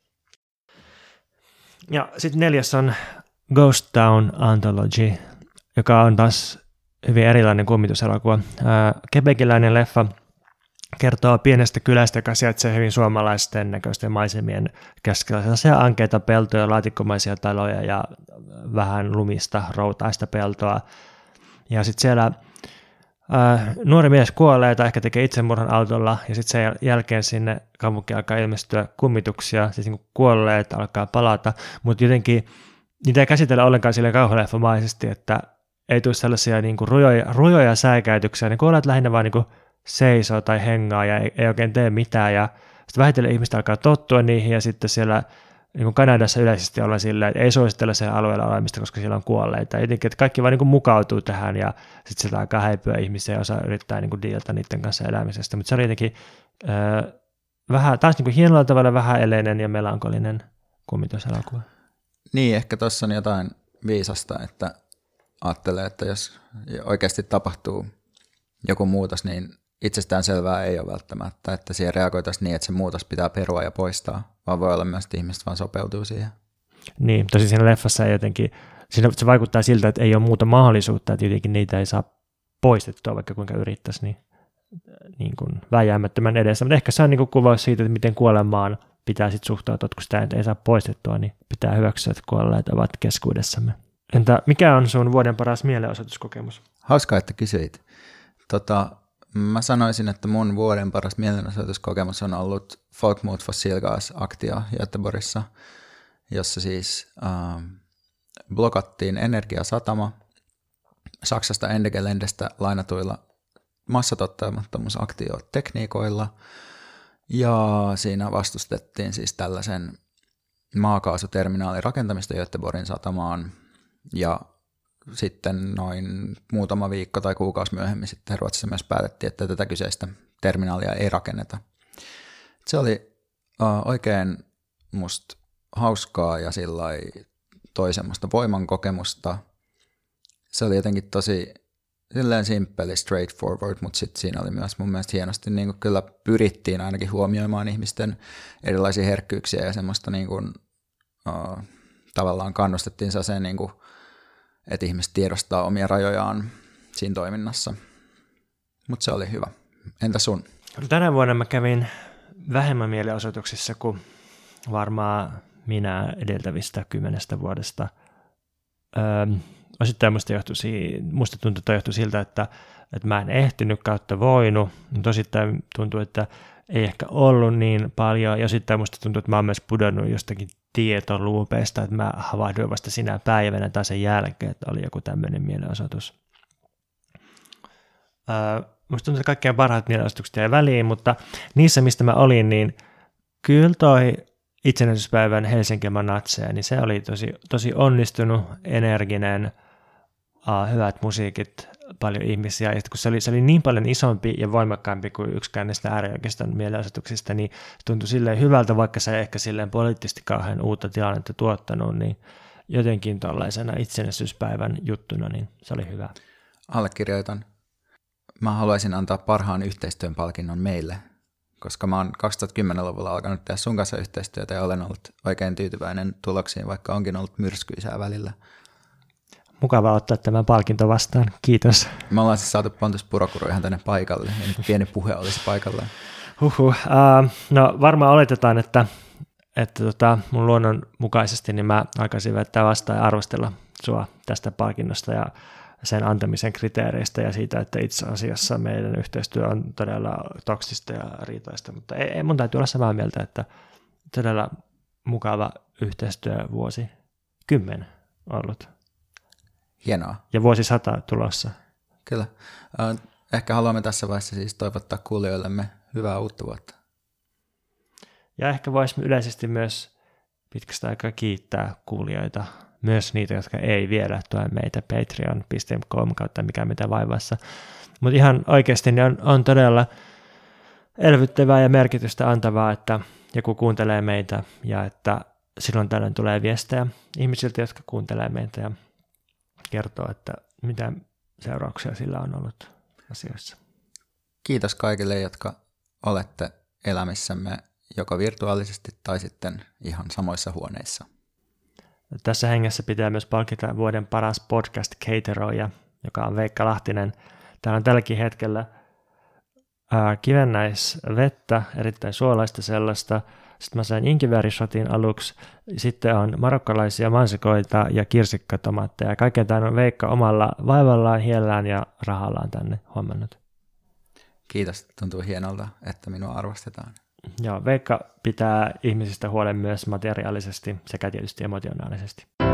Ja sitten neljäs on Ghost Town Anthology, joka on taas hyvin erilainen kummituselokuva. Quebeciläinen leffa kertoo pienestä kylästä, joka sijaitsee hyvin suomalaisten näköisten maisemien keskellä. Sellaisia ankeita peltoja, laatikkomaisia taloja ja vähän lumista, routaista peltoa. Ja sitten siellä ää, nuori mies kuolee tai ehkä tekee itsemurhan autolla, ja sitten sen jälkeen sinne kaupunkiin alkaa ilmestyä kummituksia, siis niin kuin kuolleet alkaa palata, mutta jotenkin niitä ei käsitellä ollenkaan sille kauhuleffamaisesti, että ei tule sellaisia niin kuin rujoja, rujoja säikäytyksiä, ne kuolleet lähinnä vaan niin kuin seisoo tai hengaa ja ei, ei oikein tee mitään, ja sitten vähitellen ihmiset alkaa tottua niihin, ja sitten siellä niin kuin Kanadassa yleisesti ollaan silleen, että ei suositella sen alueella olemista, koska siellä on kuolleita. Jotenkin, että kaikki vaan niin kuin mukautuu tähän, ja sitten sieltä alkaa häipyä ihmisiä, ja osa yrittää niin kuin diilata niiden kanssa elämisestä. Mutta se oli jotenkin äh, vähän, taas niin kuin hienolla tavalla vähän eleinen ja melankolinen kummituselokuva. Niin, ehkä tuossa on jotain viisasta, että ajattelee, että jos oikeasti tapahtuu joku muutos, niin itsestään selvää ei ole välttämättä, että siihen reagoitaisiin niin, että se muutos pitää perua ja poistaa, vaan voi olla myös, että ihmiset vaan sopeutuu siihen. Niin, tosi siinä leffassa ei jotenkin, siinä se vaikuttaa siltä, että ei ole muuta mahdollisuutta, että jotenkin niitä ei saa poistettua, vaikka kuinka yrittäisi, niin, niin kuin vääjäämättömän edessä. Mutta ehkä se on niin kuin kuvaus siitä, että miten kuolemaan pitää sitten suhtautua, kun sitä ei saa poistettua, niin pitää hyväksyä, että kuolleet ovat keskuudessamme. Entä mikä on sun vuoden paras mielenosoituskokemus? Hauskaa, että kysyit. Tota, mä sanoisin, että mun vuoden paras mielenosoituskokemus on ollut Folkmut Fossilgas-aktio Göteborgissa, jossa siis äh, blokattiin energiasatama Saksasta Endegelendestä lainatuilla massatottamattomuusaktiotekniikoilla, ja siinä vastustettiin siis tällaisen maakaasuterminaalin rakentamista Göteborgin satamaan, ja sitten noin muutama viikko tai kuukausi myöhemmin sitten Ruotsissa myös päätettiin, että tätä kyseistä terminaalia ei rakenneta. Se oli uh, oikein musta hauskaa ja sillai toi semmoista voiman kokemusta. Se oli jotenkin tosi silleen simppeli, straightforward, mutta sitten siinä oli myös mun mielestä hienosti niin kuin kyllä pyrittiin ainakin huomioimaan ihmisten erilaisia herkkyyksiä ja semmoista niin kuin, uh, tavallaan kannustettiin sellaiseen niin kuin että ihmiset tiedostaa omia rajojaan siinä toiminnassa. Mutta se oli hyvä. Entä sun? Tänä vuonna mä kävin vähemmän mielenosoituksissa kuin varmaan minä edeltävistä kymmenestä vuodesta. Öö, osittain musta, johtui, musta tuntui, että johtui siltä, että, että mä en ehtinyt kautta voinut, mutta osittain tuntuu, että ei ehkä ollut niin paljon, ja osittain musta tuntuu, että mä oon myös pudonnut jostakin tietoluupeista, että mä havahduin vasta sinä päivänä tai sen jälkeen, että oli joku tämmöinen mielenosoitus. Öö, musta tuntuu, että kaikkein parhaat mielenosoitukset jäi väliin, mutta niissä, mistä mä olin, niin kyllä toi itsenäisyyspäivän Helsinki Natseja, niin se oli tosi, tosi onnistunut, energinen, uh, hyvät musiikit, paljon ihmisiä, ja kun se oli, se oli niin paljon isompi ja voimakkaampi kuin yksikään näistä äärioikeiston mielenosoituksista, niin se tuntui silleen hyvältä, vaikka se ehkä silleen poliittisesti kauhean uutta tilannetta tuottanut, niin jotenkin tuollaisena itsenäisyyspäivän juttuna, niin se oli hyvä. Allekirjoitan. Mä haluaisin antaa parhaan yhteistyön palkinnon meille, koska mä oon kaksituhattakymmenluvulla alkanut tehdä sun kanssa yhteistyötä ja olen ollut oikein tyytyväinen tuloksiin, vaikka onkin ollut myrskyisää välillä. Mukava ottaa tämä palkinto vastaan. Kiitos. Me ollaan siis saatu Pontus Purokuru ihan tänne paikalle, ja nyt pieni puhe olisi paikallaan. Huhhuh. Uh, no varmaan oletetaan, että, että tota, mun luonnon mukaisesti niin mä alkaisin väittää vastaan ja arvostella sua tästä palkinnosta. Ja sen antamisen kriteereistä ja siitä, että itse asiassa meidän yhteistyö on todella toksista ja riitaista, mutta ei, ei mun täytyy olla samaa mieltä, että todella mukava yhteistyövuosi kymmenen ollut. Hienoa. Ja vuosisata tulossa. Kyllä. Ehkä haluamme tässä vaiheessa siis toivottaa kuulijoillemme hyvää uutta vuotta. Ja ehkä voisimme yleisesti myös pitkästä aikaa kiittää kuulijoita, myös niitä, jotka ei vielä tue meitä patreon piste com kautta mikä mitä vaivassa. Mutta ihan oikeasti niin on, on todella elvyttävää ja merkitystä antavaa, että joku kuuntelee meitä ja että silloin tällöin tulee viestejä ihmisiltä, jotka kuuntelee meitä ja kertoo, että mitä seurauksia sillä on ollut asioissa. Kiitos kaikille, jotka olette elämissämme joko virtuaalisesti tai sitten ihan samoissa huoneissa. Tässä hengessä pitää myös palkita vuoden paras podcast-cateroija, joka on Veikka Lahtinen. Täällä on tälläkin hetkellä ää, kivennäisvettä, erittäin suolaista sellaista. Sitten mä sain inkiväärishotin aluksi. Sitten on marokkalaisia mansikoita ja kirsikkatomaatteja. Kaiken tämän on Veikka omalla vaivallaan, hiellään ja rahallaan tänne huomannut. Kiitos, tuntuu hienolta, että minua arvostetaan. Joo, Veikka pitää ihmisistä huolen myös materiaalisesti sekä tietysti emotionaalisesti.